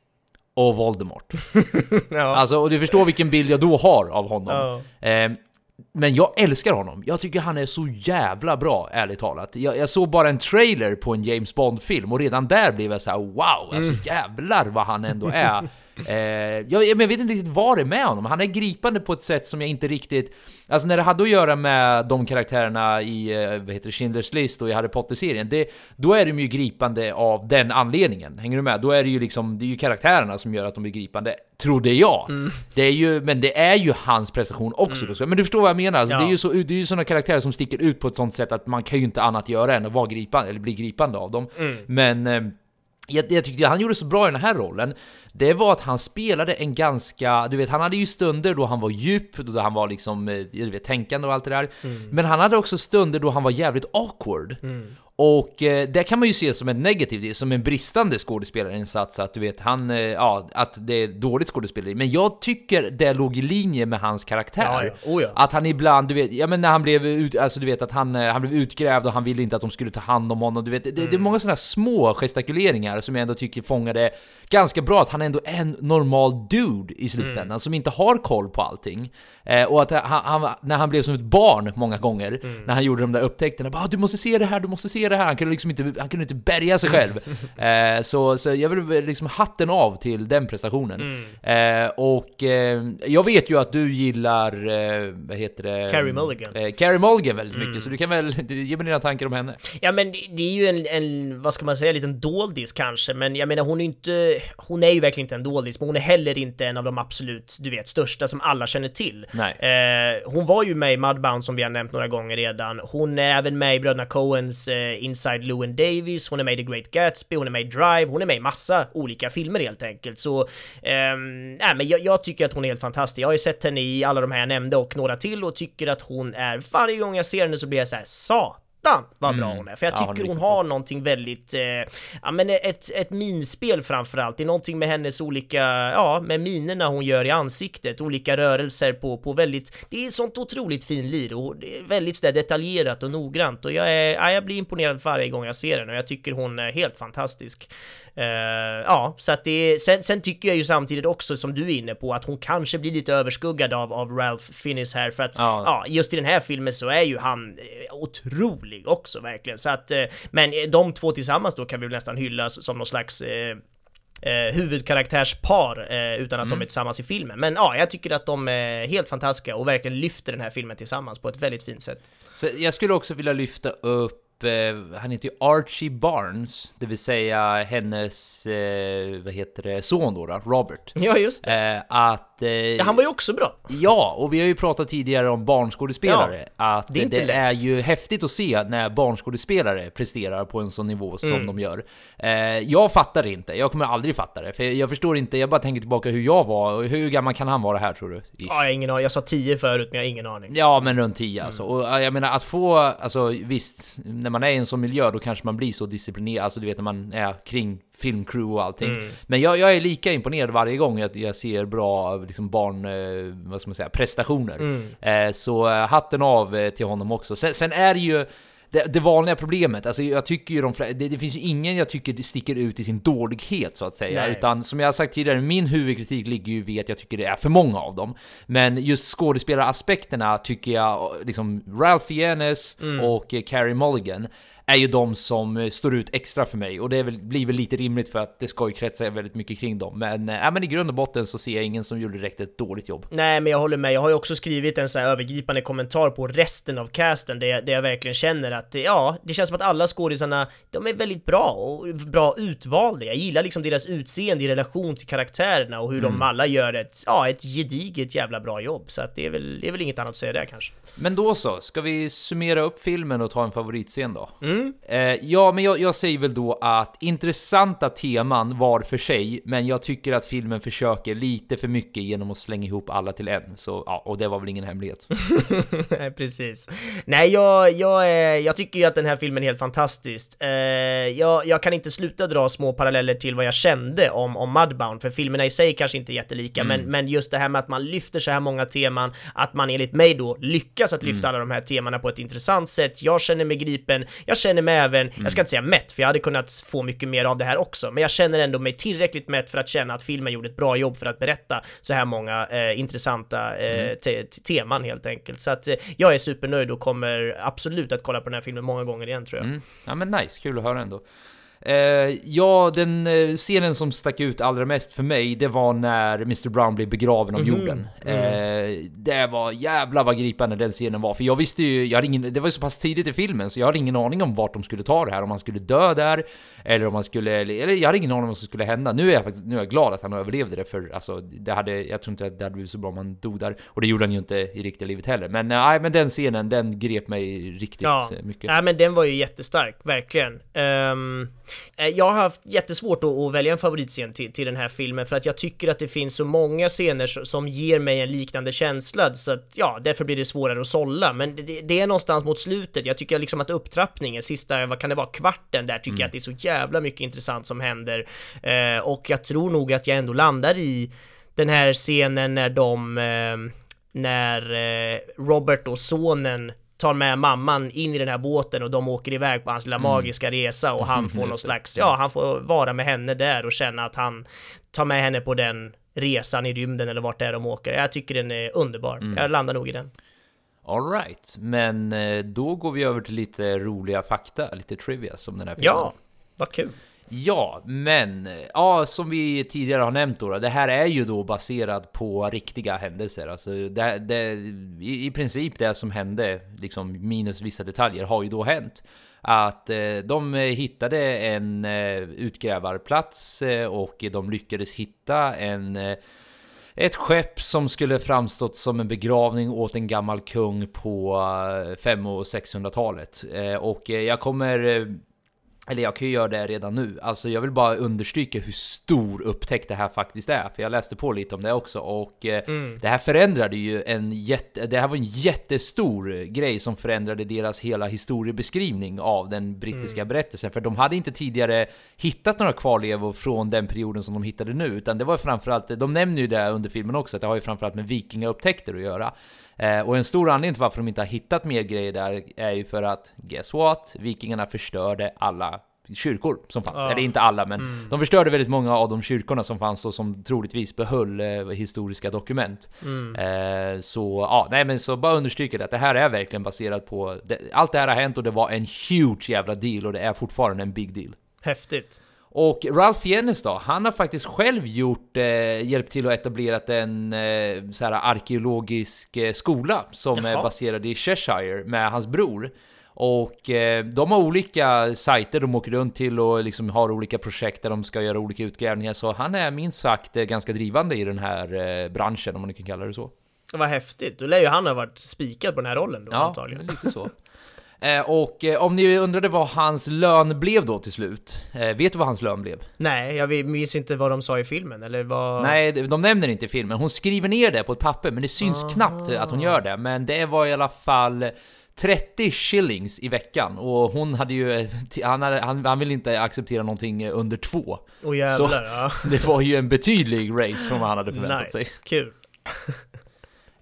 J: och Voldemort. ja. Alltså, och du förstår vilken bild jag då har av honom. Oh. Eh, Men jag älskar honom. Jag tycker han är så jävla bra, ärligt talat. Jag, jag såg bara en trailer på en James Bond-film och redan där blev jag så här: wow, alltså mm. jävlar vad han ändå är. eh, jag, jag vet inte riktigt vad det är med honom. Han är gripande på ett sätt som jag inte riktigt... Alltså när det hade att göra med de karaktärerna i vad heter det, Schindler's List och i Harry Potter-serien, det, då är de ju gripande av den anledningen. Hänger du med? Då är det ju liksom, det är ju karaktärerna som gör att de blir gripande, trodde jag. Mm. Det är ju, men det är ju hans prestation också. Mm. Då. Men du förstår vad jag menar. Alltså, ja. Det är ju så, det är ju sådana karaktärer som sticker ut på ett sånt sätt att man kan ju inte annat göra än att vara gripande eller bli gripande av dem. Mm. Men eh, jag, jag tyckte att han gjorde så bra i den här rollen. Det var att han spelade en ganska, du vet, han hade ju stunder då han var djup, då han var liksom, du vet, tänkande och allt det där. Mm. Men han hade också stunder då han var jävligt awkward. Mm. Och eh, det kan man ju se som en negativ, som en bristande skådespelarinsats, att du vet, han, eh, ja, att det är dåligt skådespeleri. Men jag tycker det låg i linje med hans karaktär.
A: Ja, ja. Oh, ja.
J: Att han ibland, du vet, ja men när han blev ut, alltså du vet att han, han blev utgrävd och han ville inte att de skulle ta hand om honom. Du vet, det, mm. det är många sådana små gestikuleringar som jag ändå tycker fångade ganska bra, att han ändå är en normal dude i slutändan, mm. som inte har koll på allting. Eh, och att han, han, när han blev som ett barn många gånger, mm. när han gjorde de där upptäckterna, bara, du måste se det här, du måste se det här. Han kunde liksom inte, han kunde inte bärga sig själv. eh, så, så jag vill liksom hatten av till den prestationen. Mm. Eh, och eh, jag vet ju att du gillar eh, vad heter det?
A: Carey Mulligan.
J: Eh, Carey Mulligan väldigt mycket, mm. så du kan väl du, ge mig dina tankar om henne.
A: Ja, men det, det är ju en, en, vad ska man säga, en liten doldis kanske, men jag menar hon är inte, hon är ju verkligen inte en doldis, men hon är heller inte en av de absolut, du vet, största som alla känner till.
J: Nej.
A: Eh, hon var ju med i Mudbound som vi har nämnt några gånger redan. Hon är även med i Bröderna Coens eh, Inside Llewyn Davis, hon är med i The Great Gatsby, hon är med i Drive, hon är med i massa olika filmer helt enkelt. Så ehm, nej, men jag, jag tycker att hon är helt fantastisk. Jag har ju sett henne i alla de här jag nämnde och några till, och tycker att hon är, varje gång jag ser henne så blir jag så här, satan vad bra mm. hon är. För jag tycker ja, hon, hon har någonting väldigt, eh, ja men ett, ett minspel framförallt. Det är någonting med hennes olika, ja, med minerna hon gör i ansiktet, olika rörelser på, på väldigt, det är sånt otroligt fin lir och det är väldigt så där detaljerat och noggrant, och jag, är, ja, jag blir imponerad varje gång jag ser den, och jag tycker hon är helt fantastisk. Uh, ja, så att det, sen, sen tycker jag ju samtidigt också, som du är inne på, att hon kanske blir lite överskuggad av, av Ralph Fiennes här, för att ja. Ja, just i den här filmen så är ju han otrolig också, verkligen. Så att, uh, men de två tillsammans då kan vi väl nästan hyllas som någon slags uh, uh, huvudkaraktärspar, uh, utan att mm. de är tillsammans i filmen. Men ja, jag tycker att de är helt fantastiska och verkligen lyfter den här filmen tillsammans på ett väldigt fint sätt.
J: Så jag skulle också vilja lyfta upp, han heter ju Archie Barnes, det vill säga hennes eh, vad heter det, son då, då Robert.
A: Ja, just det.
J: Eh, att, eh,
A: ja, han var ju också bra.
J: Ja, och vi har ju pratat tidigare om barnskådespelare, ja, att det, är, det är ju häftigt att se när barnskådespelare presterar på en sån nivå som mm. de gör. Eh, jag fattar inte, jag kommer aldrig fatta det, för jag förstår inte, jag bara tänker tillbaka hur jag var, och hur gammal kan han vara här, tror du? Ish.
A: Ja, jag har ingen aning, jag sa tio förut, men jag har ingen aning.
J: Ja, men runt tio alltså. Mm. Och jag menar, att få, alltså visst, när man är i en sån miljö, då kanske man blir så disciplinerad, alltså du vet när man är kring filmcrew och allting. Mm. Men jag, jag är lika imponerad varje gång att jag ser bra liksom barn, eh, vad ska man säga, prestationer. Mm. Eh, så hatten av till honom också. Sen, sen är det ju det, det vanliga problemet. Alltså jag tycker ju de, det, det finns ju ingen jag tycker sticker ut i sin dålighet så att säga. Nej. Utan som jag har sagt tidigare, min huvudkritik ligger ju vid att jag tycker det är för många av dem. Men just skådespelaraspekterna tycker jag, liksom Ralph Fiennes mm. och Carey Mulligan är ju de som står ut extra för mig. Och det är väl, blir väl lite rimligt för att det ska ju kretsa väldigt mycket kring dem. Men, äh, men i grund och botten så ser jag ingen som gjorde direkt ett dåligt jobb.
A: Nej, men jag håller med. Jag har ju också skrivit en så här övergripande kommentar på resten av casten där jag, där jag verkligen känner att ja, det känns som att alla skådisarna, de är väldigt bra och bra utvalda. Jag gillar liksom deras utseende i relation till karaktärerna och hur mm. de alla gör ett, ja, ett gediget jävla bra jobb. Så att det är väl, det är väl inget annat att säga där kanske.
J: Men då så, ska vi summera upp filmen och ta en favoritscen då?
A: Mm.
J: Eh, ja, men jag, jag säger väl då att intressanta teman var för sig, men jag tycker att filmen försöker lite för mycket genom att slänga ihop alla till en. Så, ja, och det var väl ingen hemlighet.
A: Nej, precis. Nej, jag, jag, eh, jag tycker ju att den här filmen är helt fantastisk. Eh, jag, jag kan inte sluta dra små paralleller till vad jag kände om, om Mudbound, för filmerna i sig kanske inte är jättelika, mm. men, men just det här med att man lyfter så här många teman, att man enligt mig då lyckas att lyfta mm. alla de här temana på ett intressant sätt. Jag känner mig gripen, jag känner mig även, mm. jag ska inte säga mätt, för jag hade kunnat få mycket mer av det här också, men jag känner ändå mig tillräckligt mätt för att känna att filmen gjorde ett bra jobb för att berätta så här många eh, intressanta eh, mm. te- teman helt enkelt. Så att eh, jag är supernöjd och kommer absolut att kolla på den här filmen många gånger igen, tror jag.
J: Mm. Ja, men nice, kul att höra ändå. Uh, ja, den uh, scenen som stack ut allra mest för mig, det var när mister Brown blev begraven av jorden. Mm. Uh, det var jävla vad gripande den scenen var. För jag visste ju, jag hade ingen, det var ju så pass tidigt i filmen, så jag hade ingen aning om vart de skulle ta det här. Om han skulle dö där, eller om han skulle, eller jag hade ingen aning om vad som skulle hända. Nu är jag faktiskt, nu är jag glad att han överlevde det, för alltså, det hade, jag tror inte att det hade blivit så bra om han dog där. Och det gjorde han ju inte i riktiga livet heller. Men nej, uh, men den scenen, den grep mig riktigt
A: ja.
J: mycket.
A: Ja, men den var ju jättestark, verkligen. Um... Jag har haft jättesvårt att, att välja en favoritscen till, till den här filmen, för att jag tycker att det finns så många scener som ger mig en liknande känsla, så att ja, därför blir det svårare att sålla. Men det, det är någonstans mot slutet. Jag tycker liksom att upptrappningen, sista, vad kan det vara, kvarten där, tycker mm. jag att det är så jävla mycket intressant som händer. Eh, och jag tror nog att jag ändå landar i den här scenen när de eh, när eh, Robert och sonen tar med mamman in i den här båten och de åker iväg på hans lilla mm. magiska resa, och han får någon slags, ja, han får vara med henne där och känna att han tar med henne på den resan i rymden eller vart det är de åker. Jag tycker den är underbar. Mm. Jag landar nog i den.
J: All right, men då går vi över till lite roliga fakta, lite trivia som den här filmen.
A: Ja, vad kul.
J: Ja, men ja, som vi tidigare har nämnt då, det här är ju då baserat på riktiga händelser. Alltså det, det, i, i princip det som hände, liksom minus vissa detaljer, har ju då hänt. Att eh, de hittade en eh, utgrävarplats eh, och de lyckades hitta en... Eh, ett skepp som skulle framstått som en begravning åt en gammal kung på fem- och sexhundratalet. Eh, och jag kommer... Eh, Eller jag kan ju göra det redan nu. Alltså jag vill bara understryka hur stor upptäckt det här faktiskt är. För jag läste på lite om det också. Och mm. det här förändrade ju en jätte... Det här var en jättestor grej som förändrade deras hela historiebeskrivning av den brittiska mm. berättelsen. För de hade inte tidigare hittat några kvarlevor från den perioden som de hittade nu. Utan det var framförallt... De nämner ju det under filmen också, att det har ju framförallt med vikingaupptäckter att göra. Eh, och en stor anledning till varför de inte har hittat mer grejer där är ju för att, guess what? Vikingarna förstörde alla kyrkor som fanns. Ja. Eller inte alla, men mm. de förstörde väldigt många av de kyrkorna som fanns och som troligtvis behöll eh, historiska dokument. Mm. Eh, så, ja, nej men så bara understryker det att det här är verkligen baserat på... Det, allt det här har hänt och det var en huge jävla deal och det är fortfarande en big deal.
A: Häftigt.
J: Och Ralph Fiennes då, han har faktiskt själv gjort, eh, hjälpt till att etablera en eh, så här arkeologisk eh, skola som Jaha. är baserad i Cheshire med hans bror. Och eh, de har olika sajter de åker runt till och liksom har olika projekt där de ska göra olika utgrävningar. Så han är minst sagt eh, ganska drivande i den här eh, branschen, om man kan kalla det så.
A: Vad häftigt, då lär ju han ha varit spikad på den här rollen då,
J: ja,
A: antagligen.
J: Ja, lite så. Eh, och eh, om ni undrade vad hans lön blev då till slut, eh, vet du vad hans lön blev?
A: Nej, jag minns inte vad de sa i filmen, eller vad...
J: Nej, de nämner inte i filmen. Hon skriver ner det på ett papper, men det syns Aha. knappt att hon gör det. Men det var i alla fall trettio shillings i veckan. Och hon hade ju, han, hade, han, han ville inte acceptera någonting under två.
A: Oh, jävlar,
J: så
A: ja.
J: det var ju en betydlig race från vad han hade förväntat
A: nice.
J: sig.
A: Kul.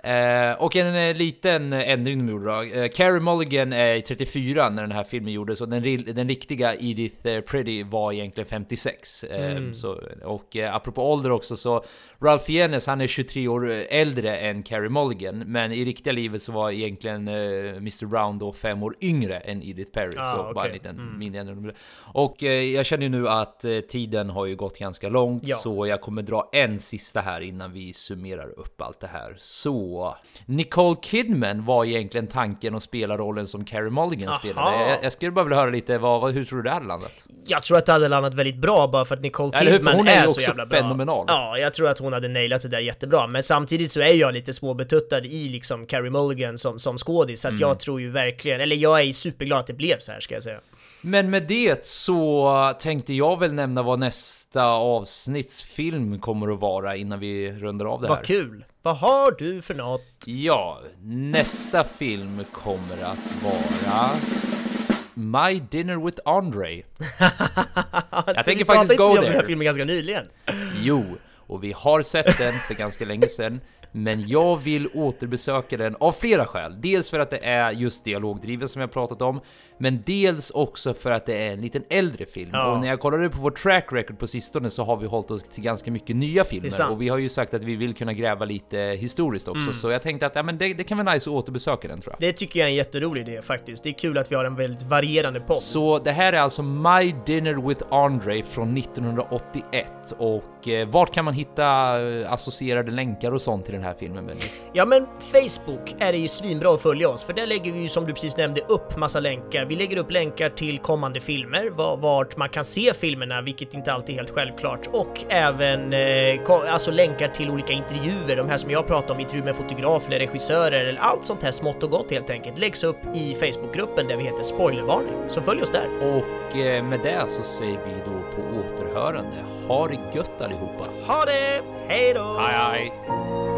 J: Eh, och en eh, liten ändring de gjorde då. Eh, Carey Mulligan är trettiofyra när den här filmen gjordes, och den, den riktiga Edith eh, Pretty var egentligen femtiosex. Eh,
A: Mm.
J: så, och eh, apropå ålder också, så Ralph Fiennes, han är tjugotre år äldre än Carey Mulligan, men i riktiga livet så var egentligen eh, mister Brown då fem år yngre än Edith Perry.
A: Ah,
J: så
A: okay.
J: bara en liten
A: mm.
J: mini. Och eh, jag känner ju nu att eh, tiden har ju gått ganska långt,
A: ja.
J: så jag kommer dra en sista här innan vi summerar upp allt det här. Så Nicole Kidman var egentligen tanken att spela rollen som Carey Mulligan
A: Aha.
J: spelade. Jag, jag skulle bara vilja höra lite, vad, vad, hur tror du det hade landat?
A: Jag tror att det hade landat väldigt bra, bara för att Nicole
J: Eller hur,
A: Kidman
J: för hon är,
A: är
J: ju
A: så
J: också
A: jävla bra.
J: fenomenal.
A: Ja, jag tror att hon hade nailat det där jättebra. Men samtidigt så är jag lite småbetuttad i liksom Carey Mulligan som, som skådis. Så att
J: Mm.
A: jag tror ju verkligen, eller jag är superglad att det blev så här, ska jag säga.
J: Men med det så tänkte jag väl nämna vad nästa avsnittsfilm kommer att vara innan vi rundar av det här.
A: Vad kul! Vad har du för något?
J: Ja, nästa film kommer att vara My Dinner with Andre. Jag tänker faktiskt gå
A: där.
J: där.
A: Den här filmen ganska nyligen.
J: Jo, och vi har sett den för ganska länge sedan. Men jag vill återbesöka den av flera skäl. Dels för att det är just dialogdriven som jag pratat om, men dels också för att det är en liten äldre film.
A: Ja.
J: Och när jag kollade på vår track record på sistone så har vi hållit oss till ganska mycket nya filmer. Och vi har ju sagt att vi vill kunna gräva lite historiskt också. Mm. Så jag tänkte att ja, men det, det kan vara nice att återbesöka den, tror jag.
A: Det tycker jag är en jätterolig idé faktiskt. Det är kul att vi har en väldigt varierande podd.
J: Så det här är alltså My Dinner with Andre från nittonhundraåttioett. Och eh, vart kan man hitta eh, associerade länkar och sånt till den här filmen? Benny?
A: Ja, men Facebook är det ju svinbra att följa oss, för där lägger vi ju, som du precis nämnde, upp massa länkar. Vi lägger upp länkar till kommande filmer, vart man kan se filmerna, vilket inte alltid är helt självklart, och även eh, alltså länkar till olika intervjuer, de här som jag pratar om, intervjuer med fotografer eller regissörer, eller allt sånt här smått och gott helt enkelt, läggs upp i Facebookgruppen där vi heter Spoilervarning. Så följ oss där.
J: Och eh, med det så säger vi då på återhörande. Ha det gött allihopa.
A: Ha det! Hej då!
J: Hej hej!